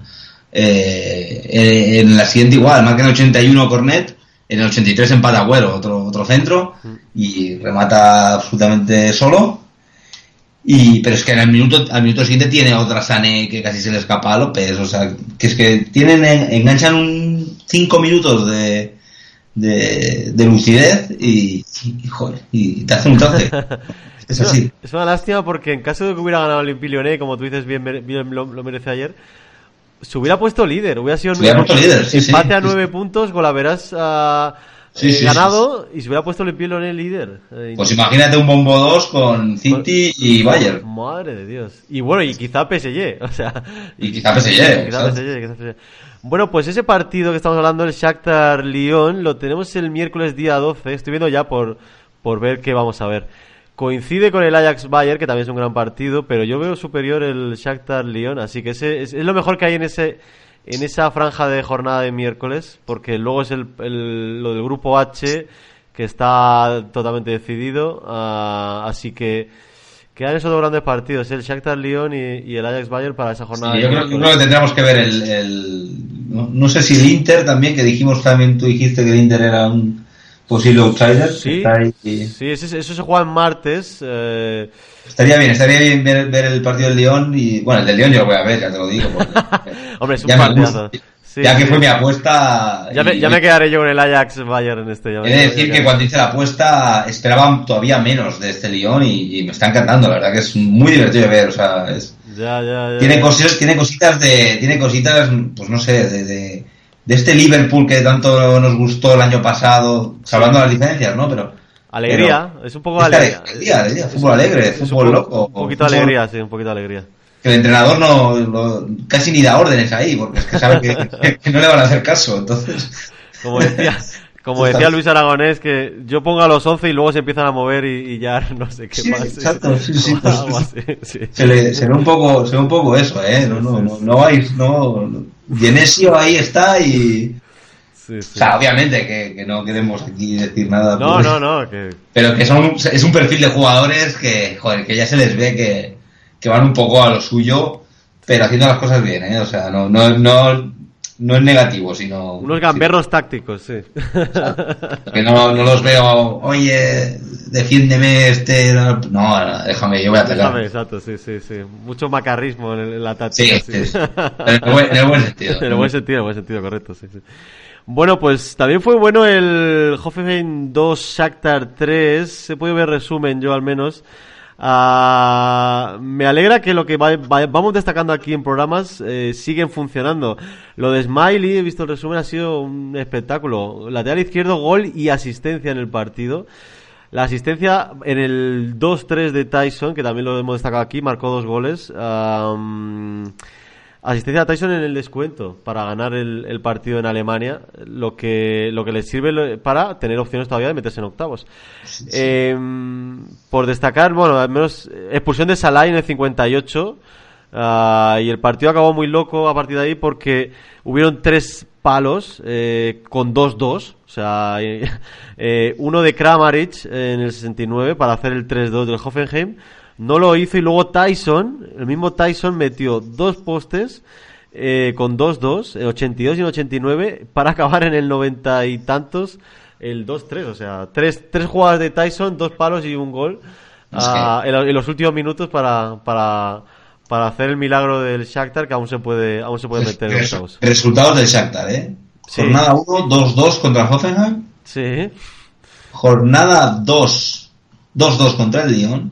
Eh, eh, en la siguiente igual, marca en el ochenta y uno Cornet, en el ochenta y tres empata Agüero, otro, otro centro, y remata absolutamente solo. Y, pero es que en el minuto, al minuto siguiente tiene otra Sané que casi se le escapa a López, o sea, que es que tienen, enganchan un cinco minutos de, de, de lucidez y, y, joder, y te hacen un trance. Es Es una, así. es una lástima porque en caso de que hubiera ganado el Olympique Lyonnais, como tú dices, bien, mere- bien lo, lo merece ayer, se hubiera puesto líder. Hubiera sido Se hubiera nueve- puesto líder, sí, sí. empate a nueve puntos, Golaveras ha Sí, eh, sí, ganado y se hubiera puesto el Olympique Lyonnais líder. Eh, Pues imagínate un bombo dos con City y Bayern. Madre de Dios. Y bueno, y quizá P S G, o sea... Y quizá P S G, quizá ¿sabes? P S G, quizá P S G. Bueno, pues ese partido que estamos hablando, el Shakhtar-Lyon, lo tenemos el miércoles día doce. Estoy viendo ya por, por ver qué vamos a ver. Coincide con el Ajax-Bayern, que también es un gran partido, pero yo veo superior el Shakhtar-Lyon, así que ese es, es lo mejor que hay en ese en esa franja de jornada de miércoles, porque luego es el, el- lo del grupo H, que está totalmente decidido, ah, así que quedan esos dos grandes partidos, el Shakhtar-Lyon y, y el Ajax-Bayern para esa jornada. Sí, de yo, creo, yo miércoles. creo que tendríamos que ver el... el no, no sé si el Inter también, que dijimos también, tú dijiste que el Inter era un posible outsider. Sí, Está ahí. sí, ese- eso se juega en martes. Eh, Estaría bien, estaría bien ver, ver el partido del Lyon y... Bueno, el del Lyon yo lo voy a ver, ya te lo digo. Porque, Hombre, es un ya me partidazo. gusta. Sí, ya que sí. fue mi apuesta... Ya me, y- ya me quedaré yo con el Ajax-Bayern en este. Ya me- He de ya me decir que quedaré. cuando hice la apuesta esperaban todavía menos de este Lyon y, y me está encantando, la verdad que es muy divertido de ver, o sea, es, Ya, ya, ya. tiene cositas, tiene cositas de, tiene cositas, pues no sé, de, de, de este Liverpool que tanto nos gustó el año pasado, salvando las diferencias, ¿no? Pero Alegría, pero es un poco de esta alegría. alegría, alegría, fútbol alegre, Es un fútbol po- loco, Un poquito de fútbol alegría, sí, un poquito de alegría. que el entrenador no, lo- casi ni da órdenes ahí, porque es que sabe que, que no le van a hacer caso, entonces... Como decía, como decía Luis Aragonés, que yo pongo a los once y luego se empiezan a mover y, y ya no sé qué Sí, más. exacto, sí, sí, pues, Algo así, sí. Se, le, se ve un poco, se ve un poco eso, eh, no, no, no, no vais, no, Genesio ahí está y... Sí, sí. O sea, obviamente que, que no queremos aquí decir nada. No, pues, no, no. Que... Pero que son es un perfil de jugadores que, joder, que ya se les ve que, que van un poco a lo suyo, pero haciendo las cosas bien, ¿eh? O sea, no, no, no, no es negativo, sino... Unos gamberros sí. tácticos, sí. O sea, que no, no los veo, oye, defiéndeme este... No, no, déjame, yo voy a atacar. Déjame, exacto, sí, sí, sí. Mucho macarrismo en, en la táctica. Sí, sí. sí. En, el buen, en el buen sentido. En el buen sentido, en el buen sentido, correcto, sí, sí. Bueno, pues también fue bueno el Hoffenheim dos, Shakhtar tres. He podido ver resumen yo al menos. Uh, me alegra que lo que va, va, vamos destacando aquí en programas eh, siguen funcionando. Lo de Smiley, he visto el resumen, ha sido un espectáculo. Lateral izquierdo, gol y asistencia en el partido. La asistencia en el dos tres de Tyson, que también lo hemos destacado aquí, marcó dos goles. Um, Asistencia a Tyson en el descuento para ganar el, el partido en Alemania, lo que lo que les sirve para tener opciones todavía de meterse en octavos. Sí, sí. Eh, por destacar, bueno, al menos expulsión de Salah en el cincuenta y ocho uh, y el partido acabó muy loco a partir de ahí porque hubieron tres palos eh, con dos dos, o sea, eh, eh, uno de Kramaric en el sesenta y nueve para hacer el tres dos del Hoffenheim. No lo hizo y luego Tyson, el mismo Tyson metió dos postes eh, con dos dos, el ochenta y dos y el ochenta y nueve, para acabar en el noventa y tantos el dos tres, o sea, tres, tres jugadas de Tyson, dos palos y un gol uh, en, en los últimos minutos para, para, para hacer el milagro del Shakhtar, que aún se puede, aún se puede meter en octavos. Resultados del Shakhtar, ¿eh? Sí. Jornada uno, dos dos contra el Hoffenheim. Sí. Jornada dos, dos dos contra el Lyon.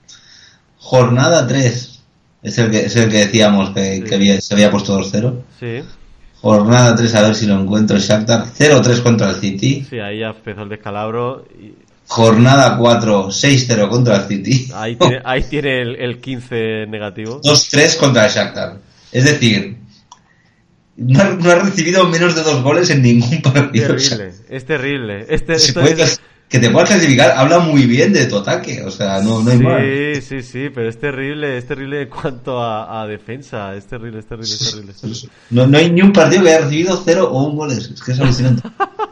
Jornada tres, es el que, es el que decíamos que, sí. que había, se había puesto dos cero. Sí. Jornada tres, a ver si lo encuentro, el Shakhtar, cero tres contra el City. Sí, ahí ya empezó el descalabro. Y... Jornada cuatro, seis cero contra el City. Ahí tiene, ahí tiene el, el quince negativo. dos tres contra el Shakhtar. Es decir, no ha, no ha recibido menos de dos goles en ningún partido. Es terrible, es terrible. Este, esto es... Que te puedas clasificar, habla muy bien de tu ataque, o sea, no, no hay sí, más. Sí, sí, sí, pero es terrible, es terrible en cuanto a, a defensa, es terrible, es terrible, es terrible. Es terrible. No, no hay ni un partido que haya recibido cero o un goles, es que es alucinante.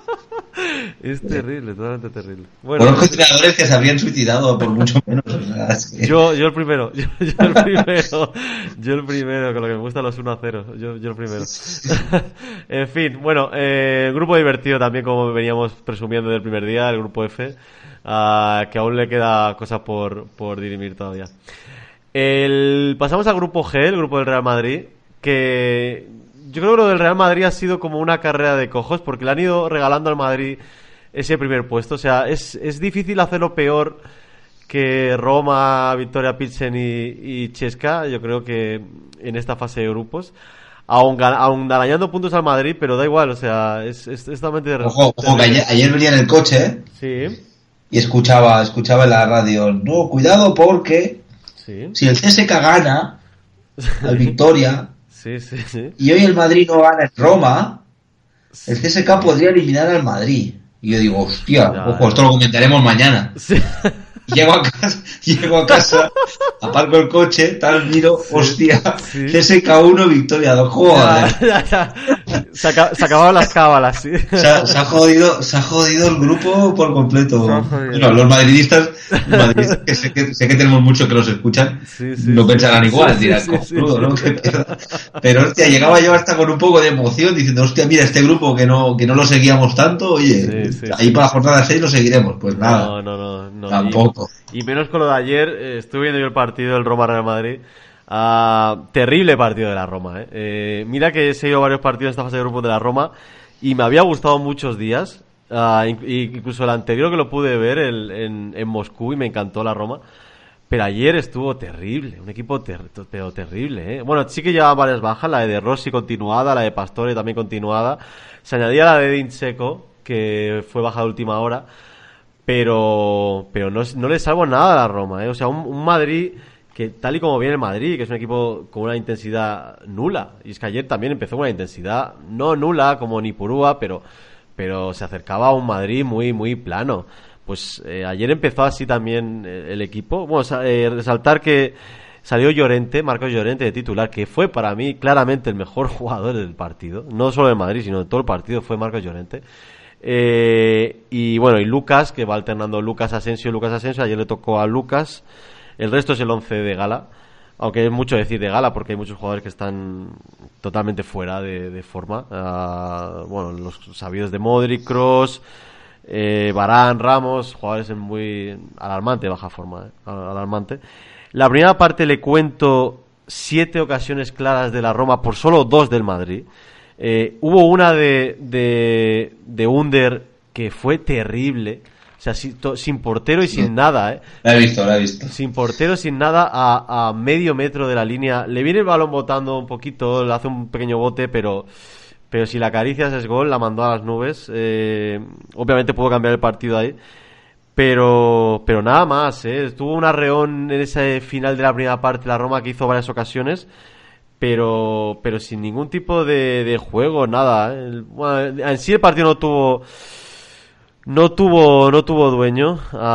Es terrible, totalmente terrible. Bueno, Conozco entrenadores que se habrían suicidado por mucho menos. O sea, es que... Yo, yo el primero, yo, yo el primero, yo el primero, con lo que me gustan los uno a cero, yo, yo el primero. En fin, bueno, eh, grupo divertido también, como veníamos presumiendo del primer día, el grupo F, uh, que aún le queda cosas por, por dirimir todavía. El, pasamos al grupo G, el grupo del Real Madrid, que yo creo que lo del Real Madrid ha sido como una carrera de cojos, porque le han ido regalando al Madrid ese primer puesto. O sea, es, es difícil hacerlo peor que Roma, Victoria Pilsen y, y Chesca, yo creo que en esta fase de grupos. Aún, aún arañando puntos al Madrid, pero da igual, o sea, es, es, es totalmente... Ojo, ojo, que ayer, ayer venía en el coche, ¿eh? Sí. Y escuchaba, escuchaba en la radio, no, cuidado porque sí. Si el C S K gana al Victoria sí, sí, sí. y hoy el Madrid no gana en Roma, el C S K podría eliminar al Madrid. Y yo digo, hostia, ya, ojo, esto lo comentaremos mañana. Sí. Llego a casa, llego a casa, aparco el coche, tal, miro, sí, hostia, sí. C S K uno, Victoria dos, joder. Ya, ya, ya. Se, acab- se acababan las cábalas, sí. Se ha, se ha jodido, se ha jodido el grupo por completo. Bueno, los madridistas, los madridistas que sé, que sé que tenemos muchos que los escuchan, sí, sí, no pensarán sí, igual, sí, dirán, sí, sí, crudo, sí, ¿no? Sí. Pero hostia, llegaba yo hasta con un poco de emoción diciendo, hostia, mira, este grupo que no, que no lo seguíamos tanto, oye, sí, sí, ahí sí. Para la jornada seis lo seguiremos, pues nada. No, no, no, no. Tampoco. Y, y menos con lo de ayer, eh, estuve viendo yo el partido del Roma-Real Madrid. Uh, terrible partido de la Roma, ¿eh? Eh, mira que he seguido varios partidos en esta fase de grupos de la Roma y me había gustado muchos días, uh, incluso el anterior que lo pude ver el, en, en Moscú y me encantó la Roma, pero ayer estuvo terrible, un equipo ter- pero terrible, ¿eh? Bueno, sí que llevaba varias bajas, la de De Rossi continuada, la de Pastore también continuada, se añadía la de Dincheco, que fue baja de última hora, pero pero no, no le salvo nada a la Roma, ¿eh? O sea, un, un Madrid que tal y como viene el Madrid, que es un equipo con una intensidad nula, y es que ayer también empezó con una intensidad no nula como Nipurúa, pero pero se acercaba a un Madrid muy muy plano. Pues eh, ayer empezó así también el equipo. Bueno, eh, resaltar que Salió Llorente, Marcos Llorente de titular, que fue para mí claramente el mejor jugador del partido. No solo de Madrid, sino de todo el partido fue Marcos Llorente. Eh, y bueno, y Lucas, que va alternando Lucas Asensio, Lucas Asensio. Ayer le tocó a Lucas. El resto es el once de gala. Aunque es mucho decir de gala porque hay muchos jugadores que están totalmente fuera de, de forma. Uh, bueno, los sabidos de Modric, Kroos, eh, Varane, Ramos, jugadores en muy alarmante baja forma, eh, alarmante. La primera parte le cuento siete ocasiones claras de la Roma por solo dos del Madrid. Eh, hubo una de, de, de Under que fue terrible. O sea, sin, to, sin portero y sin nada, ¿eh? La he visto, la he visto. Sin portero, sin nada, a, a medio metro de la línea. Le viene el balón botando un poquito, le hace un pequeño bote, pero pero si la acaricias es gol, la mandó a las nubes. Eh, obviamente pudo cambiar el partido ahí. Pero pero nada más, ¿eh? Estuvo un arreón en ese final de la primera parte, la Roma, que hizo varias ocasiones. Pero pero sin ningún tipo de, de juego, nada. ¿eh? Bueno, en sí el partido no tuvo... No tuvo no tuvo dueño.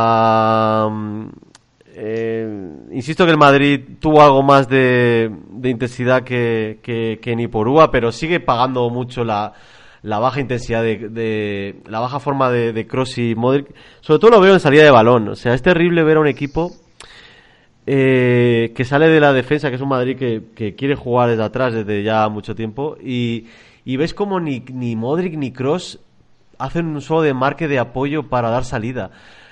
Uh, eh, insisto que el Madrid tuvo algo más de, de intensidad que, que, que Niporúa, pero sigue pagando mucho la, la baja intensidad de, de la baja forma de, de Kroos y Modric. Sobre todo lo veo en salida de balón. O sea, es terrible ver a un equipo eh, que sale de la defensa, que es un Madrid que, que quiere jugar desde atrás desde ya mucho tiempo, y, y ves como ni, ni Modric ni Kroos hacen un solo de marque de apoyo para dar salida.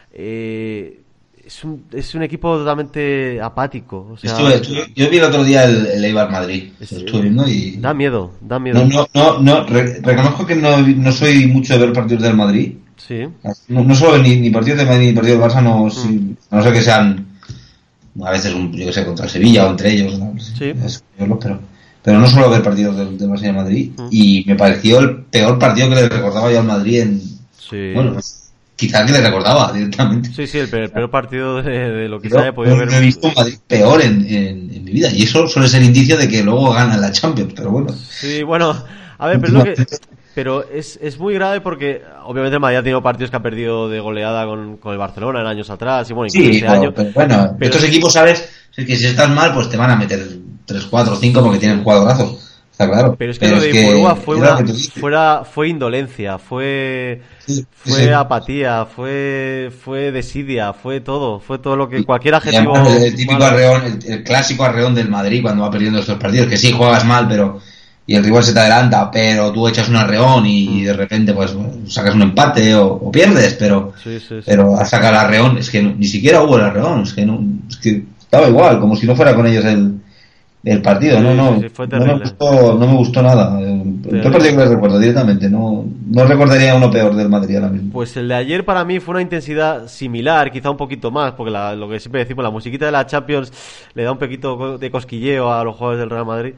Eh, es, un, es un equipo totalmente apático. O sea, estuve, estuve, yo vi el otro día el, el Eibar Madrid. Es, lo estuve viendo y... Da miedo, da miedo. No, no, no, no re, reconozco que no, no soy mucho de ver partidos del Madrid. Sí. No, no solo ni, ni partidos del Madrid ni partidos del Barça, no, mm. si, a no ser que sean a veces, un, yo que sé, contra el Sevilla o entre ellos. ¿no? Sí. Es, pero... Pero no suelo ver partidos del, del Barça y Madrid. Uh-huh. Y me pareció el peor partido que le recordaba yo al Madrid en... Sí. Bueno, pues, quizá que le recordaba directamente. Sí, sí, el peor, el peor partido de, de lo que se haya podido no, ver. No he visto un Madrid peor en, en, en mi vida. Y eso suele ser indicio de que luego ganan la Champions, pero bueno. Sí, bueno, a ver, pero, es, lo que, pero es, es muy grave porque obviamente el Madrid ha tenido partidos que ha perdido de goleada con, con el Barcelona en años atrás. Y bueno, incluso sí, este pero, año. Pero bueno, pero estos equipos, ¿sabes? Es que si estás mal, pues te van a meter tres, cuatro, cinco porque tienen jugadorazos. Está claro. Pero es que pero lo de Ipurúa fue una, fuera, fue indolencia, fue sí, fue sí. apatía, fue fue desidia, fue todo, fue todo lo que cualquier adjetivo. El, el típico malo. arreón, el, el clásico arreón del Madrid cuando va perdiendo estos partidos, que sí juegas mal, pero y el rival se te adelanta, pero tú echas un arreón y, mm. y de repente pues sacas un empate o, o pierdes, pero sí, sí, sí. pero a sacar el arreón es que no, ni siquiera hubo el arreón, es que no, es que estaba igual, como si no fuera con ellos el el partido, sí, no, no, sí, fue no me gustó, no me gustó nada. El peor partido que les recuerdo directamente, no, no recordaría uno peor del Madrid ahora mismo. Pues el de ayer para mí fue una intensidad similar, quizá un poquito más, porque la, lo que siempre decimos, la musiquita de la Champions le da un poquito de cosquilleo a los jugadores del Real Madrid,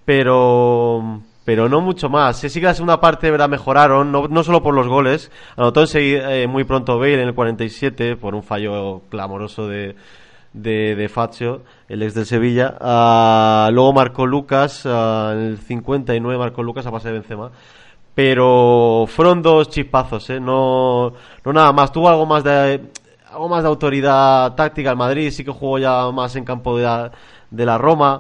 pero pero no mucho más. Sí que la segunda parte, verdad, mejoraron, no, no solo por los goles, anotó enseguida, eh, muy pronto Bale en el cuarenta y siete por un fallo clamoroso de de, de Fazio, el ex del Sevilla. Uh, luego marcó Lucas, uh, en el cincuenta y nueve marcó Lucas a base de Benzema. Pero fueron dos chispazos, ¿eh? No, no nada más. Tuvo algo más de algo más de autoridad táctica el Madrid, sí que jugó ya más en campo de la, de la Roma,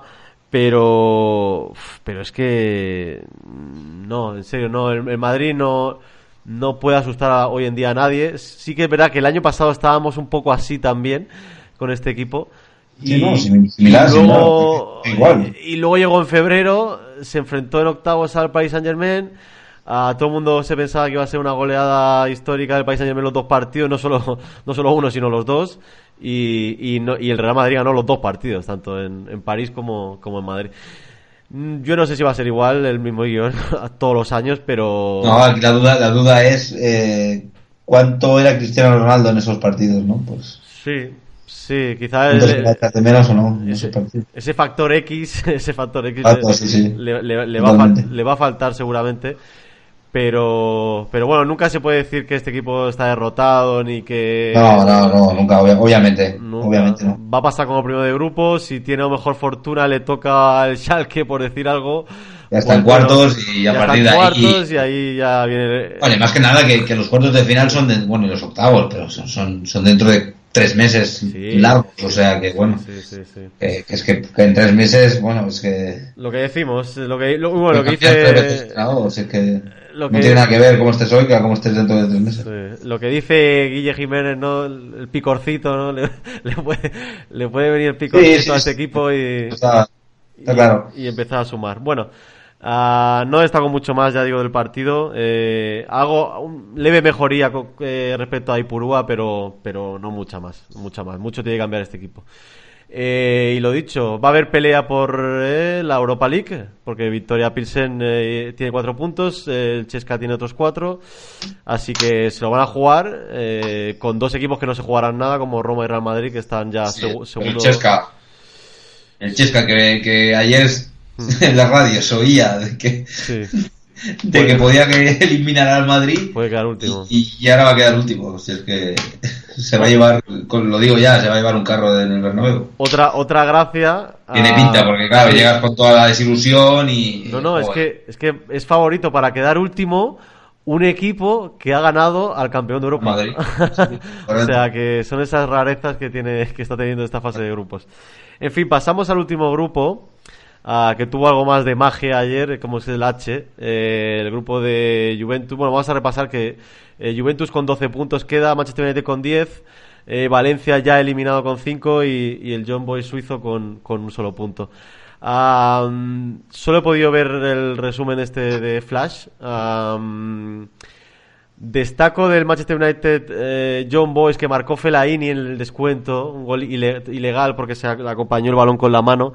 pero pero es que no, en serio, no, el, el Madrid no no puede asustar a, hoy en día a nadie. Sí que es verdad que el año pasado estábamos un poco así también con este equipo. Sí, y, no, similar, y, luego, igual. Y, y luego llegó en febrero, se enfrentó en octavos al Paris Saint-Germain. A todo el mundo se pensaba que iba a ser una goleada histórica del Paris Saint-Germain los dos partidos, no solo no solo uno, sino los dos. Y y, no, y el Real Madrid ganó los dos partidos, tanto en, en París como, como en Madrid. Yo no sé si va a ser igual el mismo guión todos los años, pero... No, aquí la duda, la duda es eh, cuánto era Cristiano Ronaldo en esos partidos, ¿no? Pues... Sí, sí, quizás... El, de menos o no, ese, ese factor X, ese factor X Falto, le, sí, sí. le, le, le, va a fal, le va a faltar seguramente. Pero pero bueno, nunca se puede decir que este equipo está derrotado ni que... No, no, no, nunca, obviamente, nunca. obviamente no. Va a pasar como primero de grupo, si tiene a lo mejor fortuna le toca al Schalke, por decir algo. Ya está en pues, cuartos y ya a partir de ahí... cuartos y ahí ya viene... Vale, más que nada que, que los cuartos de final son, de, bueno, y los octavos, pero son, son, son dentro de tres meses sí, largos, o sea que bueno, sí, sí, sí. Que, que es que, que en tres meses, bueno, es que... Lo que decimos, lo que, lo, bueno, lo que tres dice... veces, no, o sea, es que lo no que- tiene nada que ver cómo estés hoy que a cómo estés dentro de tres meses. Sí, lo que dice Guille Jiménez, ¿no? El, el picorcito, ¿no? Le, le puede, le puede venir el picorcito Sí, sí, a este sí. equipo y, Está, está y- claro. y empezar a sumar. Bueno, ah, no destaco mucho más, ya digo, del partido. Eh, hago un leve mejoría co- eh, respecto a Ipurúa, pero, pero no mucha más, mucha más. Mucho tiene que cambiar este equipo. Eh, y lo dicho, va a haber pelea por eh, la Europa League, porque Victoria Pilsen eh, tiene cuatro puntos, eh, el Chesca tiene otros cuatro, así que se lo van a jugar eh, con dos equipos que no se jugarán nada, como Roma y Real Madrid, que están ya Sí, segu- pero segundo. el Chesca, el Chesca que, que ayer en la radio se oía de que, Sí, de que podía que eliminar al Madrid puede quedar último. y, y ahora va a quedar último. O sea, es que se va a llevar, con- lo digo ya, se va a llevar un carro en el Bernabéu. Otra otra gracia. Tiene ah, pinta, porque claro, llegas con toda la desilusión y... No, no, es joder. que, es que es favorito para quedar último un equipo que ha ganado al campeón de Europa. Madrid. Sí, O correcto. sea que son esas rarezas que tiene, que está teniendo esta fase de grupos. En fin, pasamos al último grupo, ah, que tuvo algo más de magia ayer, como es el H, eh, el grupo de Juventus. Bueno, vamos a repasar que eh, Juventus con doce puntos queda, Manchester United con diez, eh, Valencia ya eliminado con cinco y, y el John Boy suizo con, con un solo punto. Um, solo he podido ver el resumen este de Flash. Um, destaco del Manchester United eh, John Boyce, que marcó Fellaini en el descuento, un gol ile- ilegal porque se acompañó el balón con la mano.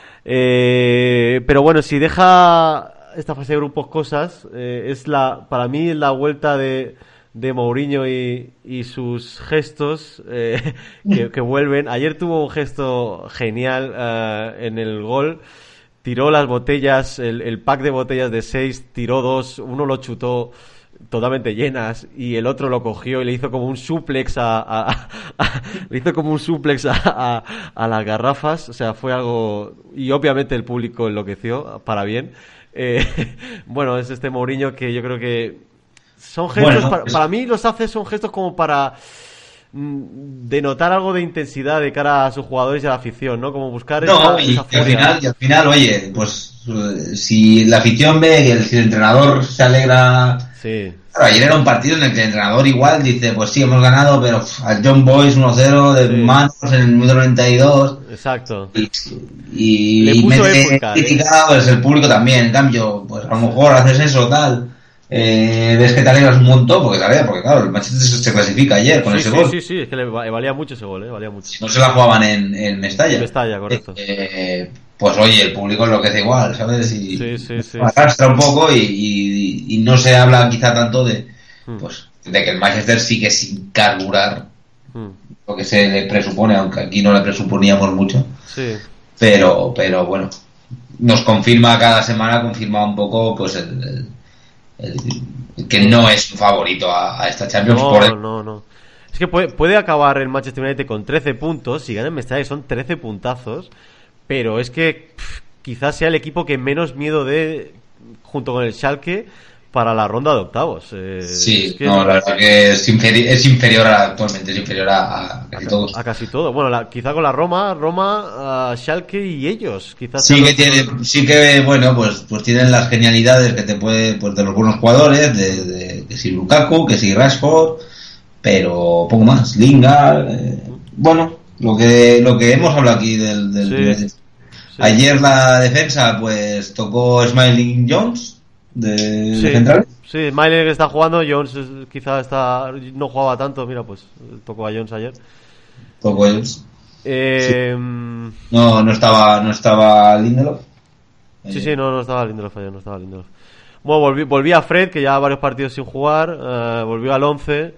Eh, pero bueno, si deja esta fase de grupos cosas, eh, es la, para mí la vuelta de, de Mourinho y, y sus gestos eh, que, que vuelven. Ayer tuvo un gesto genial eh, en el gol. Tiró las botellas, el, el pack de botellas de seis, tiró dos, uno lo chutó totalmente llenas y el otro lo cogió y le hizo como un suplex a, a- a- a- le hizo como un suplex a, a, a las garrafas. O sea, fue algo, y obviamente el público enloqueció para bien. Eh, bueno, es este Mourinho que yo creo que son gestos, Bueno, para, es- para mí los hace, son gestos como para mm, denotar algo de intensidad de cara a sus jugadores y a la afición, ¿no? Como buscar No, esa, y, esa y al furia. final, y al final, oye, pues eh, si la afición ve que el, si el entrenador se alegra... Sí, Claro, ayer era un partido en el que el entrenador igual dice, pues sí, hemos ganado, pero pff, al John Boyce uno cero de Sí. manos en el minuto noventa y dos exacto. y, y, Le y puso mete época, crítica, pues el público también. En cambio, pues a lo mejor haces eso, tal, eh, ves que te alegras un montón, porque te alegra, porque claro, el Manchester se, se clasifica ayer con Sí, ese sí, gol. sí, sí, es que le va- valía mucho ese gol, ¿eh? Valía mucho. Si no se la jugaban en, en Mestalla. En Mestalla, correcto. Eh, pues oye, el público enloquece igual, ¿sabes? Y Sí, sí, sí. arrastra un poco y, y, y no se habla quizá tanto de, Hmm. pues, de que el Manchester sigue sin carburar Mm, lo que se le presupone, aunque aquí no le presuponíamos mucho. sí. Pero, pero bueno, nos confirma cada semana, confirma un poco, pues, el, el- el- el que no es un favorito a, a esta Champions. No, por el- no, no. Es que puede, puede acabar el Manchester United con trece puntos. Si gana el Mestalla son trece puntazos. Pero es que pff, quizás sea el equipo que menos miedo dé, junto con el Schalke, para la ronda de octavos. Eh, Sí, es que no, la verdad que es, inferi- es inferior a, actualmente, es inferior a, a casi todos. a casi todo. Bueno, la- quizá con la Roma, Roma, a Schalke y ellos. Quizás Sí sean que los- tiene, sí que bueno, pues, pues tienen las genialidades que te puede, pues de los buenos jugadores, de, de que si Lukaku, que si Rashford, pero poco más, Lingard, eh, bueno, lo que, lo que hemos hablado aquí del, del Sí, United. sí. Ayer la defensa, pues tocó Smiling Jones de, de Sí, central. sí, Miley que está jugando, Jones eh, quizá está, no jugaba tanto, mira, pues tocó a Jones ayer. Tocó Jones. Eh, No, no estaba, no estaba Lindelof. sí, sí, no, no estaba Lindelof ayer, no estaba Lindelof. Bueno, volví, volví a Fred, que ya varios partidos sin jugar, eh, volvió al once,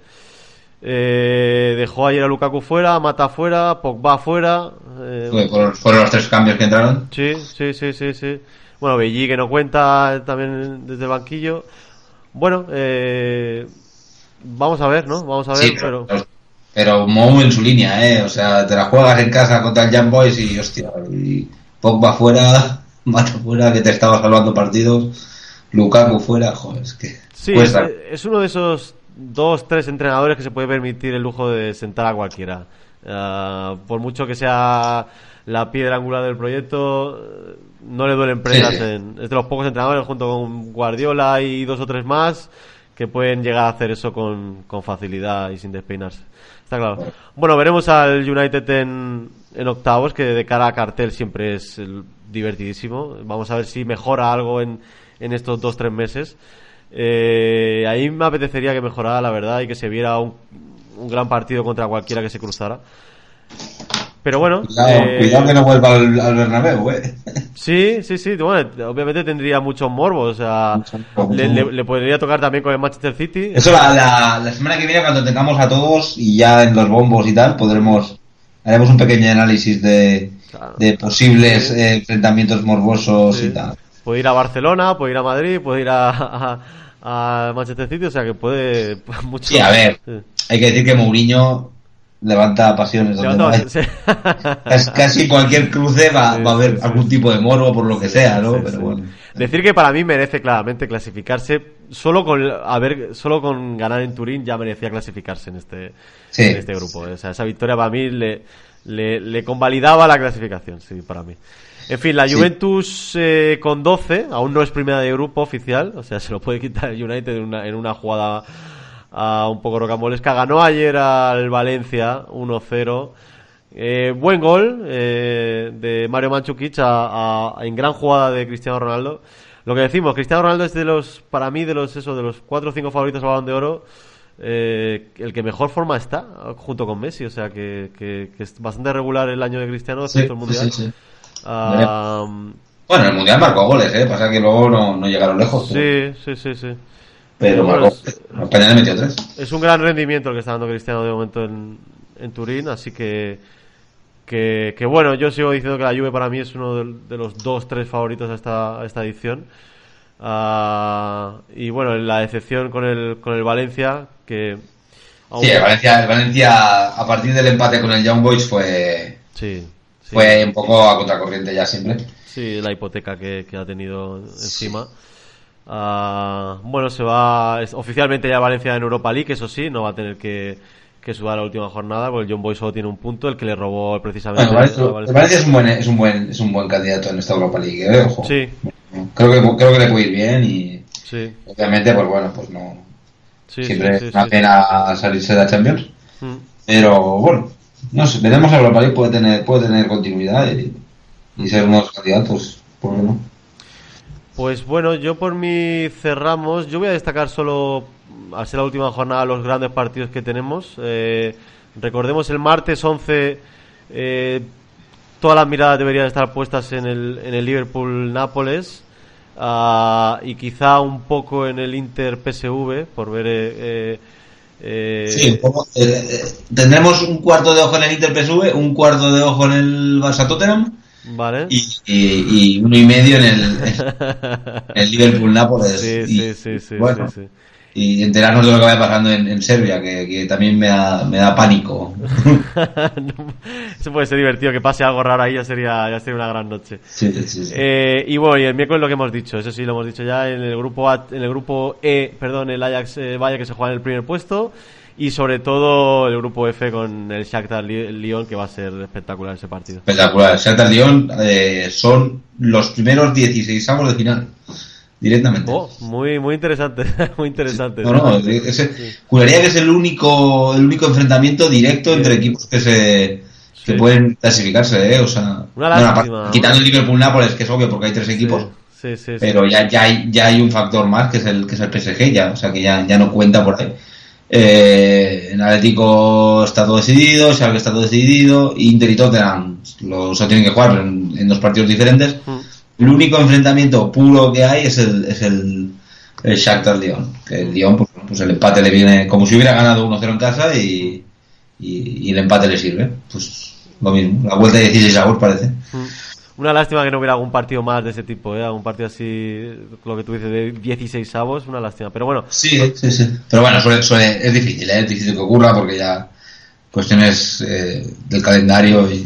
eh, dejó ayer a Lukaku fuera, Mata fuera, Pogba fuera. eh, Fue- fueron, fueron los tres cambios que entraron. Sí, sí, sí, sí, sí. Bueno, Belli que no cuenta también desde el banquillo. Bueno, eh, vamos a ver, ¿no? Vamos a ver, Sí, pero... pero, pero Mou en su línea, ¿eh? O sea, te la juegas en casa contra el Young Boys y, hostia, y Pogba fuera, Mata fuera, que te estaba salvando partidos, Lukaku fuera, joder, es que Sí, es, cuesta. es uno de esos dos, tres entrenadores que se puede permitir el lujo de sentar a cualquiera. Uh, por mucho que sea la piedra angular del proyecto, no le duelen prendas. Sí. En, es de los pocos entrenadores, junto con Guardiola y dos o tres más, que pueden llegar a hacer eso con, con facilidad y sin despeinarse. Está claro. Bueno, veremos al United en, en octavos, que de cara a cartel siempre es el, divertidísimo. Vamos a ver si mejora algo en, en estos dos, tres meses. Eh, ahí me apetecería que mejorara, la verdad, y que se viera un, un gran partido contra cualquiera que se cruzara. Pero bueno, cuidado, eh... cuidado que no vuelva al, al Bernabéu, eh. Sí, sí, sí. Bueno, obviamente tendría muchos morbos. O sea, mucho, le, le, le podría tocar también con el Manchester City. Eso la, la, la semana que viene, cuando tengamos a todos y ya en los bombos y tal, podremos haremos un pequeño análisis de, claro. de posibles sí. eh, enfrentamientos morbosos sí. y tal. Puede ir a Barcelona, puede ir a Madrid, puede ir a, a, a Manchester City, o sea que puede mucho. Sí, a ver, sí. hay que decir que Mourinho levanta pasiones donde levanta, no hay. Sí. Casi, casi cualquier cruce va, sí, va a haber sí, algún sí. tipo de morbo por lo que sea, ¿no? Sí, Pero sí. bueno. Decir que para mí merece claramente clasificarse, solo con a ver, solo con ganar en Turín ya merecía clasificarse en este sí. en este grupo. O sea, esa victoria para mí le, le, le convalidaba la clasificación, sí, para mí. En fin, la Juventus sí. eh, con doce, aún no es primera de grupo oficial, o sea, se lo puede quitar el United en una, en una jugada uh, un poco rocambolesca. Ganó ayer al Valencia uno cero. Eh, buen gol eh, de Mario Mandžukić a, a, en gran jugada de Cristiano Ronaldo. Lo que decimos, Cristiano Ronaldo es de los, para mí, de los eso, de los cuatro o cinco favoritos al Balón de Oro, eh, el que mejor forma está, junto con Messi. O sea, que, que, que es bastante regular el año de Cristiano, sí, el mundial. Sí, sí. Uh, bueno, en el mundial marcó goles, eh, pasa que luego no, no llegaron lejos. Sí, pero... sí, sí, sí. Pero bueno, marcó, es, España le metió tres. Es un gran rendimiento el que está dando Cristiano de momento en, en Turín, así que, que que bueno, yo sigo diciendo que la Juve para mí es uno de, de los dos, tres favoritos a esta, a esta edición. Uh, y bueno, la decepción con el con el Valencia, que aún... sí, el Valencia, el Valencia a partir del empate con el Young Boys fue sí, sí. fue un poco a contracorriente ya siempre. Sí, la hipoteca que, que ha tenido encima. Uh, bueno, se va es, oficialmente ya Valencia en Europa League, eso sí, no va a tener que, que sudar la última jornada, porque el Young Boys solo tiene un punto, el que le robó precisamente. Bueno, Valencia, Valencia. Valencia es un buen es un buen es un buen candidato en esta Europa League, ¿eh? Ojo. Sí. Creo que creo que le puede ir bien y sí. obviamente pues bueno, pues no sí, siempre sí, es una sí, pena sí. salirse de la Champions. Mm. Pero bueno, no sé, veremos a Europa League, puede tener puede tener continuidad y, y ser unos candidatos, ¿por qué no? Pues bueno, yo por mí cerramos. Yo voy a destacar solo, al ser la última jornada, los grandes partidos que tenemos. Eh, recordemos el martes once, eh, todas las miradas deberían estar puestas en el, en el Liverpool-Nápoles uh, y quizá un poco en el Inter-P S V, por ver... Eh, eh, sí, un poco, eh, eh, tendremos un cuarto de ojo en el Inter-P S V, un cuarto de ojo en el Barça-Tottenham. Vale. Y, y, y uno y medio en el, en el Liverpool-Nápoles. Sí, y, sí, sí, sí, bueno, sí, sí. Y enterarnos de lo que vaya pasando en, en Serbia, que, que también me da, me da pánico. Eso puede ser divertido, que pase algo raro ahí, ya sería, ya sería una gran noche. Sí, sí, sí. Eh, y bueno, y el miércoles lo que hemos dicho, eso sí lo hemos dicho ya, en el grupo A, en el grupo E, perdón, el Ajax eh, Valle, que se juega en el primer puesto, y sobre todo el grupo F con el Shakhtar Lyon, que va a ser espectacular ese partido. Espectacular. El Shakhtar Lyon eh, son los primeros dieciséis avos de final. Directamente. Oh, muy muy interesante, muy interesante. No, no, ese, sí. Juraría que es el único el único enfrentamiento directo sí. entre equipos que se que sí. pueden clasificarse, ¿eh? O sea, una lástima, bueno, quitando el Liverpool-Nápoles, que es obvio porque hay tres equipos. Sí, sí, sí, pero sí. ya ya hay ya hay un factor más que es el que es el P S G ya, o sea que ya ya no cuenta por ahí. Eh, en Atlético está todo decidido, Schalke está todo decidido, Inter y Tottenham los tienen que jugar en, en dos partidos diferentes. Mm. El único enfrentamiento puro que hay es el es el, el Shakhtar Lyon. Que el Lyon, pues, pues el empate le viene como si hubiera ganado uno cero en casa y, y, y el empate le sirve. Pues lo mismo, la vuelta de dieciséis avos parece. Una lástima que no hubiera algún partido más de ese tipo, ¿eh? Algún partido así, lo que tú dices, de dieciséis avos, una lástima. Pero bueno. Sí, sí, sí. Pero bueno, suele, suele, es difícil, ¿eh? Es difícil que ocurra porque ya cuestiones eh, del calendario y...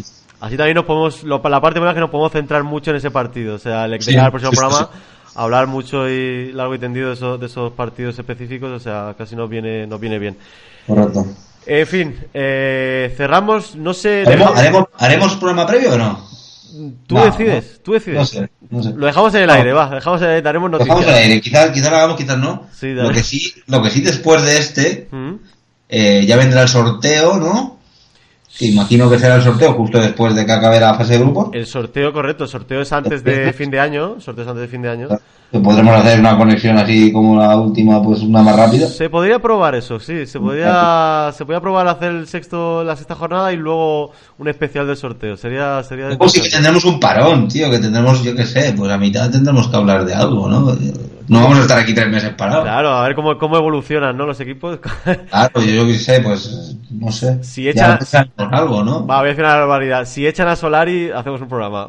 Así también nos podemos, lo, la parte buena es que nos podemos centrar mucho en ese partido. O sea, el, Sí, el próximo sí, sí, programa, sí. hablar mucho y largo y tendido de esos, de esos partidos específicos, o sea, casi nos viene, nos viene bien. Correcto. En fin, eh, cerramos, no sé... ¿Haremos, dejamos- haremos, ¿Haremos programa previo o no? Tú No, decides, tú decides. No sé, no sé. Lo dejamos en el No. aire, va, dejamos en el aire, daremos Lo noticias. dejamos al aire, quizás quizá lo hagamos, quizás no. Sí, dale. lo que sí, lo que sí después de este, ¿Mm? eh, ya vendrá el sorteo, ¿no? Que imagino que será el sorteo justo después de que acabe la fase de grupos. El sorteo, correcto, el sorteo es antes de fin de año, sorteo es antes de fin de año. Que podremos hacer una conexión así como la última, pues una más rápida. Se podría probar eso, sí, se podría, se podría probar hacer el sexto, la sexta jornada y luego un especial del sorteo. Sería, sería. Luego sí que tendremos un parón, tío, que tendremos, yo qué sé, pues a mitad tendremos que hablar de algo, ¿no? No vamos a estar aquí tres meses parados. Claro, a ver cómo, cómo evolucionan, ¿no? Los equipos. Claro, yo, yo qué sé, pues no sé. Si Ya echa- empezaremos con algo, ¿no? Va, voy a decir una barbaridad. Si echan a Solari, hacemos un programa.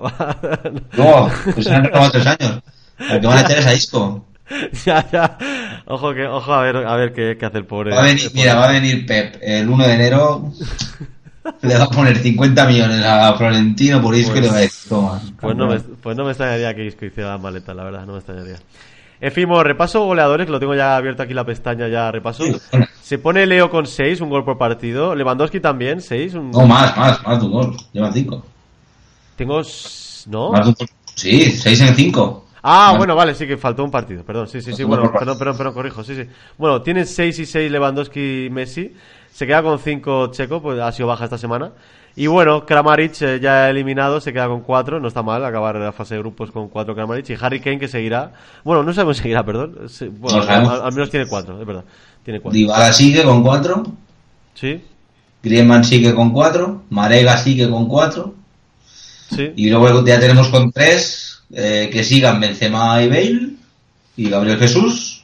No, pues se han renovado tres años. El que van a echar es a Isco. ya, ya. Ojo que, ojo a ver, a ver qué, qué hace el pobre. Va a venir, el pobre. mira, va a venir Pep el uno de enero. Le va a poner cincuenta millones a Florentino por Isco y le va a decir, toma. Pues no, me, pues no me extrañaría que Isco hiciera las maletas, la verdad, no me extrañaría. En fin, bueno, repaso goleadores, que lo tengo ya abierto aquí la pestaña, ya repaso. Sí, bueno. Se pone Leo con seis, un gol por partido. Lewandowski también, seis. Un... No, más, más, más de un gol. Llevan cinco. Tengo... s- ¿No? Más de un gol. Sí, seis en cinco. Ah, Más. bueno, vale, sí que faltó un partido, perdón, sí, sí, sí, Faltó bueno, un partido. perdón, perdón, perdón, corrijo, sí, sí. Bueno, tienen seis y seis Lewandowski y Messi, se queda con cinco Checo, pues ha sido baja esta semana. Y bueno, Kramaric eh, ya eliminado, se queda con cuatro, no está mal acabar la fase de grupos con cuatro Kramaric. Y Harry Kane que seguirá, bueno, no sabemos si seguirá, perdón, sí, bueno, No sabemos. al, al menos tiene cuatro, es verdad, tiene cuatro. Dybala sigue con cuatro. Sí, Griezmann sigue con cuatro. Marega sigue con cuatro. sí. Y luego ya tenemos con tres eh, que sigan Benzema y Bale y Gabriel Jesús.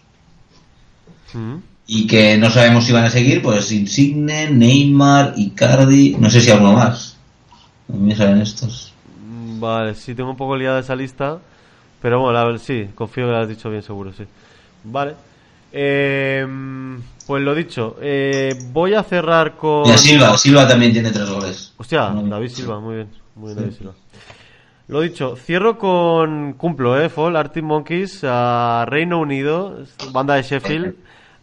Mm. Y que no sabemos si van a seguir, pues Insigne, Neymar, Icardi, no sé si alguno más. A mí me salen estos. Mm, Vale, sí, tengo un poco liada esa lista, pero bueno, la, sí, confío que lo has dicho bien seguro, sí. Vale. Eh, pues lo dicho, eh, voy a cerrar con... Mira, Silva, Silva también tiene tres goles. Hostia, No, David Silva, muy bien, muy bien David Silva. Lo dicho, cierro con... Cumplo, eh, Fall, Arctic Monkeys, a Reino Unido, banda de Sheffield,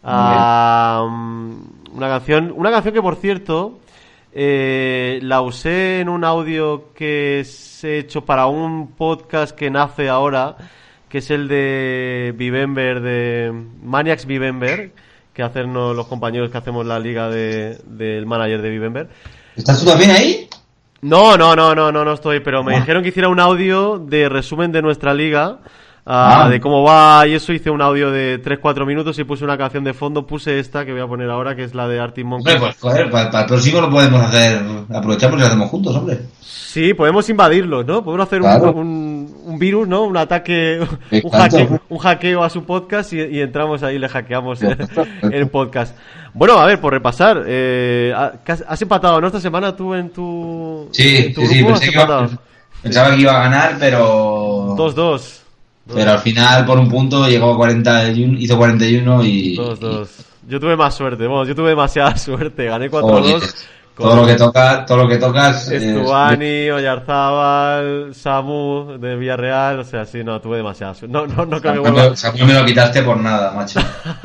a um, una canción, una canción que por cierto eh, la usé en un audio que he hecho para un podcast que nace ahora, que es el de Vivember, de Maniacs Vivember, que hacen los compañeros que hacemos la liga de, del manager de Vivember. ¿Estás tú también ahí? No, no, no, no, no, no estoy, pero me Ah. dijeron que hiciera un audio de resumen de nuestra liga, ah, Ah. de cómo va y eso. Hice un audio de tres cuatro minutos y puse una canción de fondo, puse esta que voy a poner ahora, que es la de Arctic Hombre, Monkeys. pues joder, para, para el próximo lo podemos hacer, aprovechamos y lo hacemos juntos, hombre. Sí, podemos invadirlo, ¿no? Podemos hacer un- Claro. un, un virus, ¿no? Un ataque, un Exacto. hackeo, un hackeo a su podcast y, y entramos ahí y le hackeamos el, el podcast. Bueno, a ver, por repasar, eh, has has empatado, ¿no? Esta semana tú en tu, Sí, en tu sí, sí, grupo pensé has que iba- empatado. pensaba que iba a ganar, pero... dos dos. Pero al final, por un punto, llegó a cuarenta y uno, hizo cuarenta y uno y... dos dos. Yo tuve más suerte, bueno, yo tuve demasiada suerte, gané cuatro Joder, dos. todo lo que toca, todo lo que tocas... es- Estubani, Oyarzábal, Samu de Villarreal, o sea, sí, no, tuve demasiada suerte. No, no, no creo que Samuel vuelva. me- Samuel me lo quitaste por nada, macho.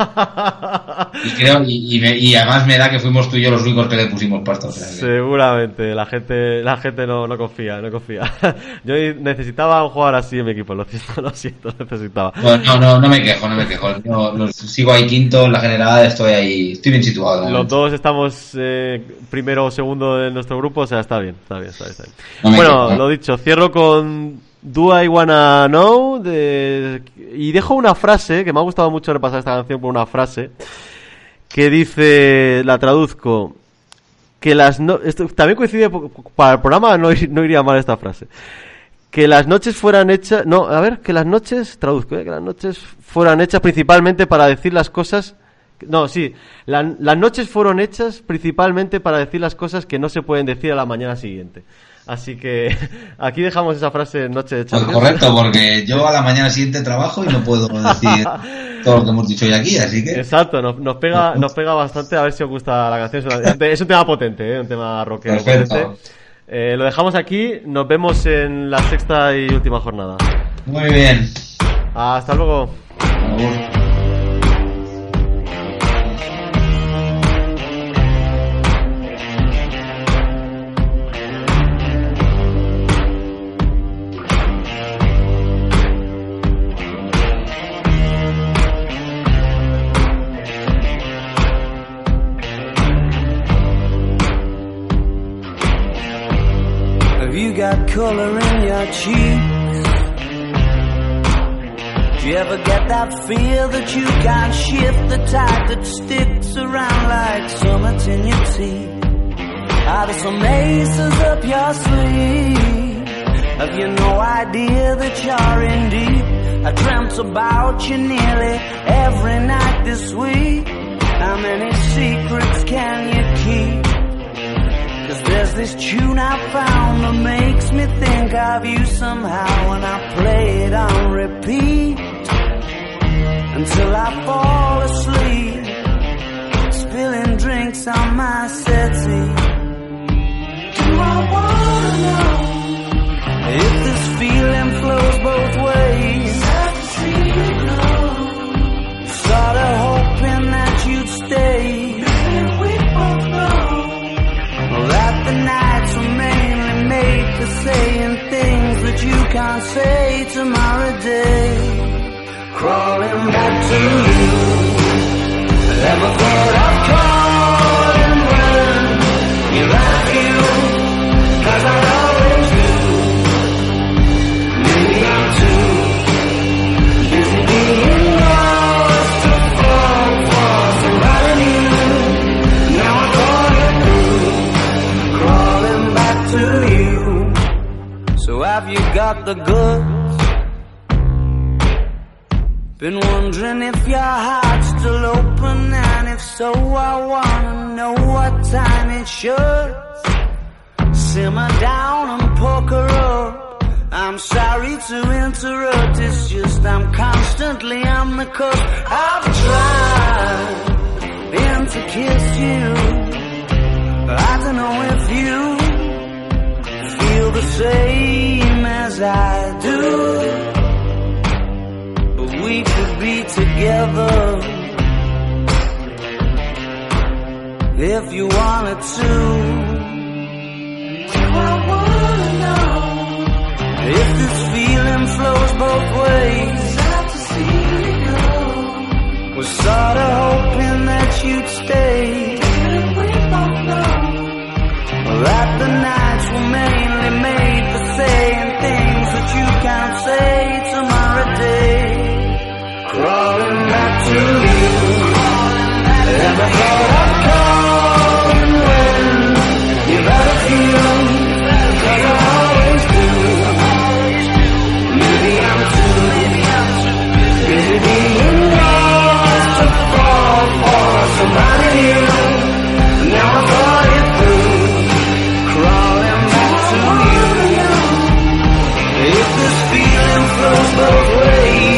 Y creo, y, y, me- y además me da que fuimos tú y yo los únicos que le pusimos pasta. O sea, que- Seguramente, la gente, la gente no, no confía, no confía. Yo necesitaba un jugador así en mi equipo, lo siento, lo siento, necesitaba. No, no, no, no me quejo, no me quejo. Yo los- sigo ahí quinto en la general, estoy ahí, estoy bien situado. de Los momento. dos estamos eh, primero o segundo de nuestro grupo, o sea, está bien, está bien, está bien. Está bien. No me Bueno, quejo. lo dicho, cierro con Do I Wanna Know de... y dejo una frase, que me ha gustado mucho repasar esta canción por una frase, que dice, la traduzco, que las no... Esto también coincide, po- para el programa no, ir- no iría mal esta frase. Que las noches fueran hechas... No, a ver, que las noches... Traduzco, ¿eh? Que las noches fueran hechas principalmente para decir las cosas... No, sí. La- las noches fueron hechas principalmente para decir las cosas que no se pueden decir a la mañana siguiente. Así que aquí dejamos esa frase Noche de Pues Champions. correcto, porque yo a la mañana siguiente trabajo y no puedo decir todo lo que hemos dicho hoy aquí, así que... Exacto, nos, nos pega nos pega bastante. A ver si os gusta la canción. Es, una- es un tema potente, ¿eh? Un tema rockero Perfecto. potente. Eh, lo dejamos aquí. Nos vemos en la sexta y última jornada. Muy bien. Hasta luego. Got color in your cheeks. Do you ever get that feel that you can't shift, the tide that sticks around like summits in your teeth? Are there some aces up your sleeve? Have you no idea that you're in deep? I dreamt about you nearly every night this week. How many secrets can you keep? Cause there's this tune I found that makes me think of you somehow, and I play it on repeat until I fall asleep, spilling drinks on my settee. Do I wanna know if this feeling flows both ways? Sad to see you go. Sorta hoping that you'd stay. Maybe we both know that the nights were mainly made for saying things that you can't say tomorrow day. Crawling back to you. Never thought I'd calling when you left you, 'cause I always do. Maybe I'm too busy being lost to fall for somebody new. Now I'm calling through, crawling back to you. So have you got the goods? Been wondering if your heart's still open, and if so, I wanna know what time it should. Simmer down and poker up. I'm sorry to interrupt, it's just I'm constantly on the cusp. I've tried been to kiss you. I don't know if you feel the same as I do. We could be together if you wanted to. Do I wanna know if this feeling flows both ways? Sad to see you go. Was sorta hoping that you'd stay. Didn't we both know that the nights were mainly made for saying things that you can't say tomorrow day? Crawling back to you. Never thought I'd call when you've had a few, 'cause I always do. Maybe I'm too busy being lost to fall for somebody new. Now I thought it through, crawling back to you. If this feeling flows both ways,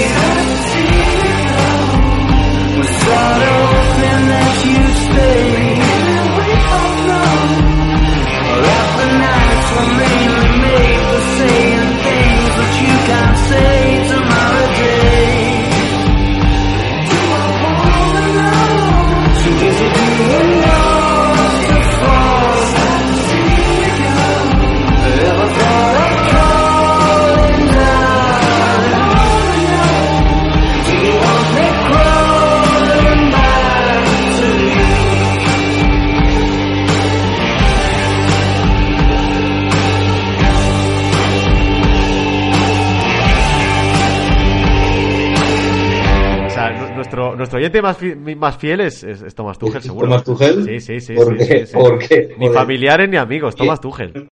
sorta hoping that you'd stay. We both know that the nights were mainly made for saying things that you can't say tomorrow day. Do I wanna know? Too busy being lost to fall. Sad to see you go. Ever thought of calling down? Do you want me cry? Nuestro, nuestro oyente más, fi, más fiel es, es, es Thomas Tuchel, seguro. ¿Thomas Tuchel? Sí, sí, sí. ¿Por sí, qué? sí, sí. ¿Por qué? Ni familiares ni amigos, Thomas Tuchel.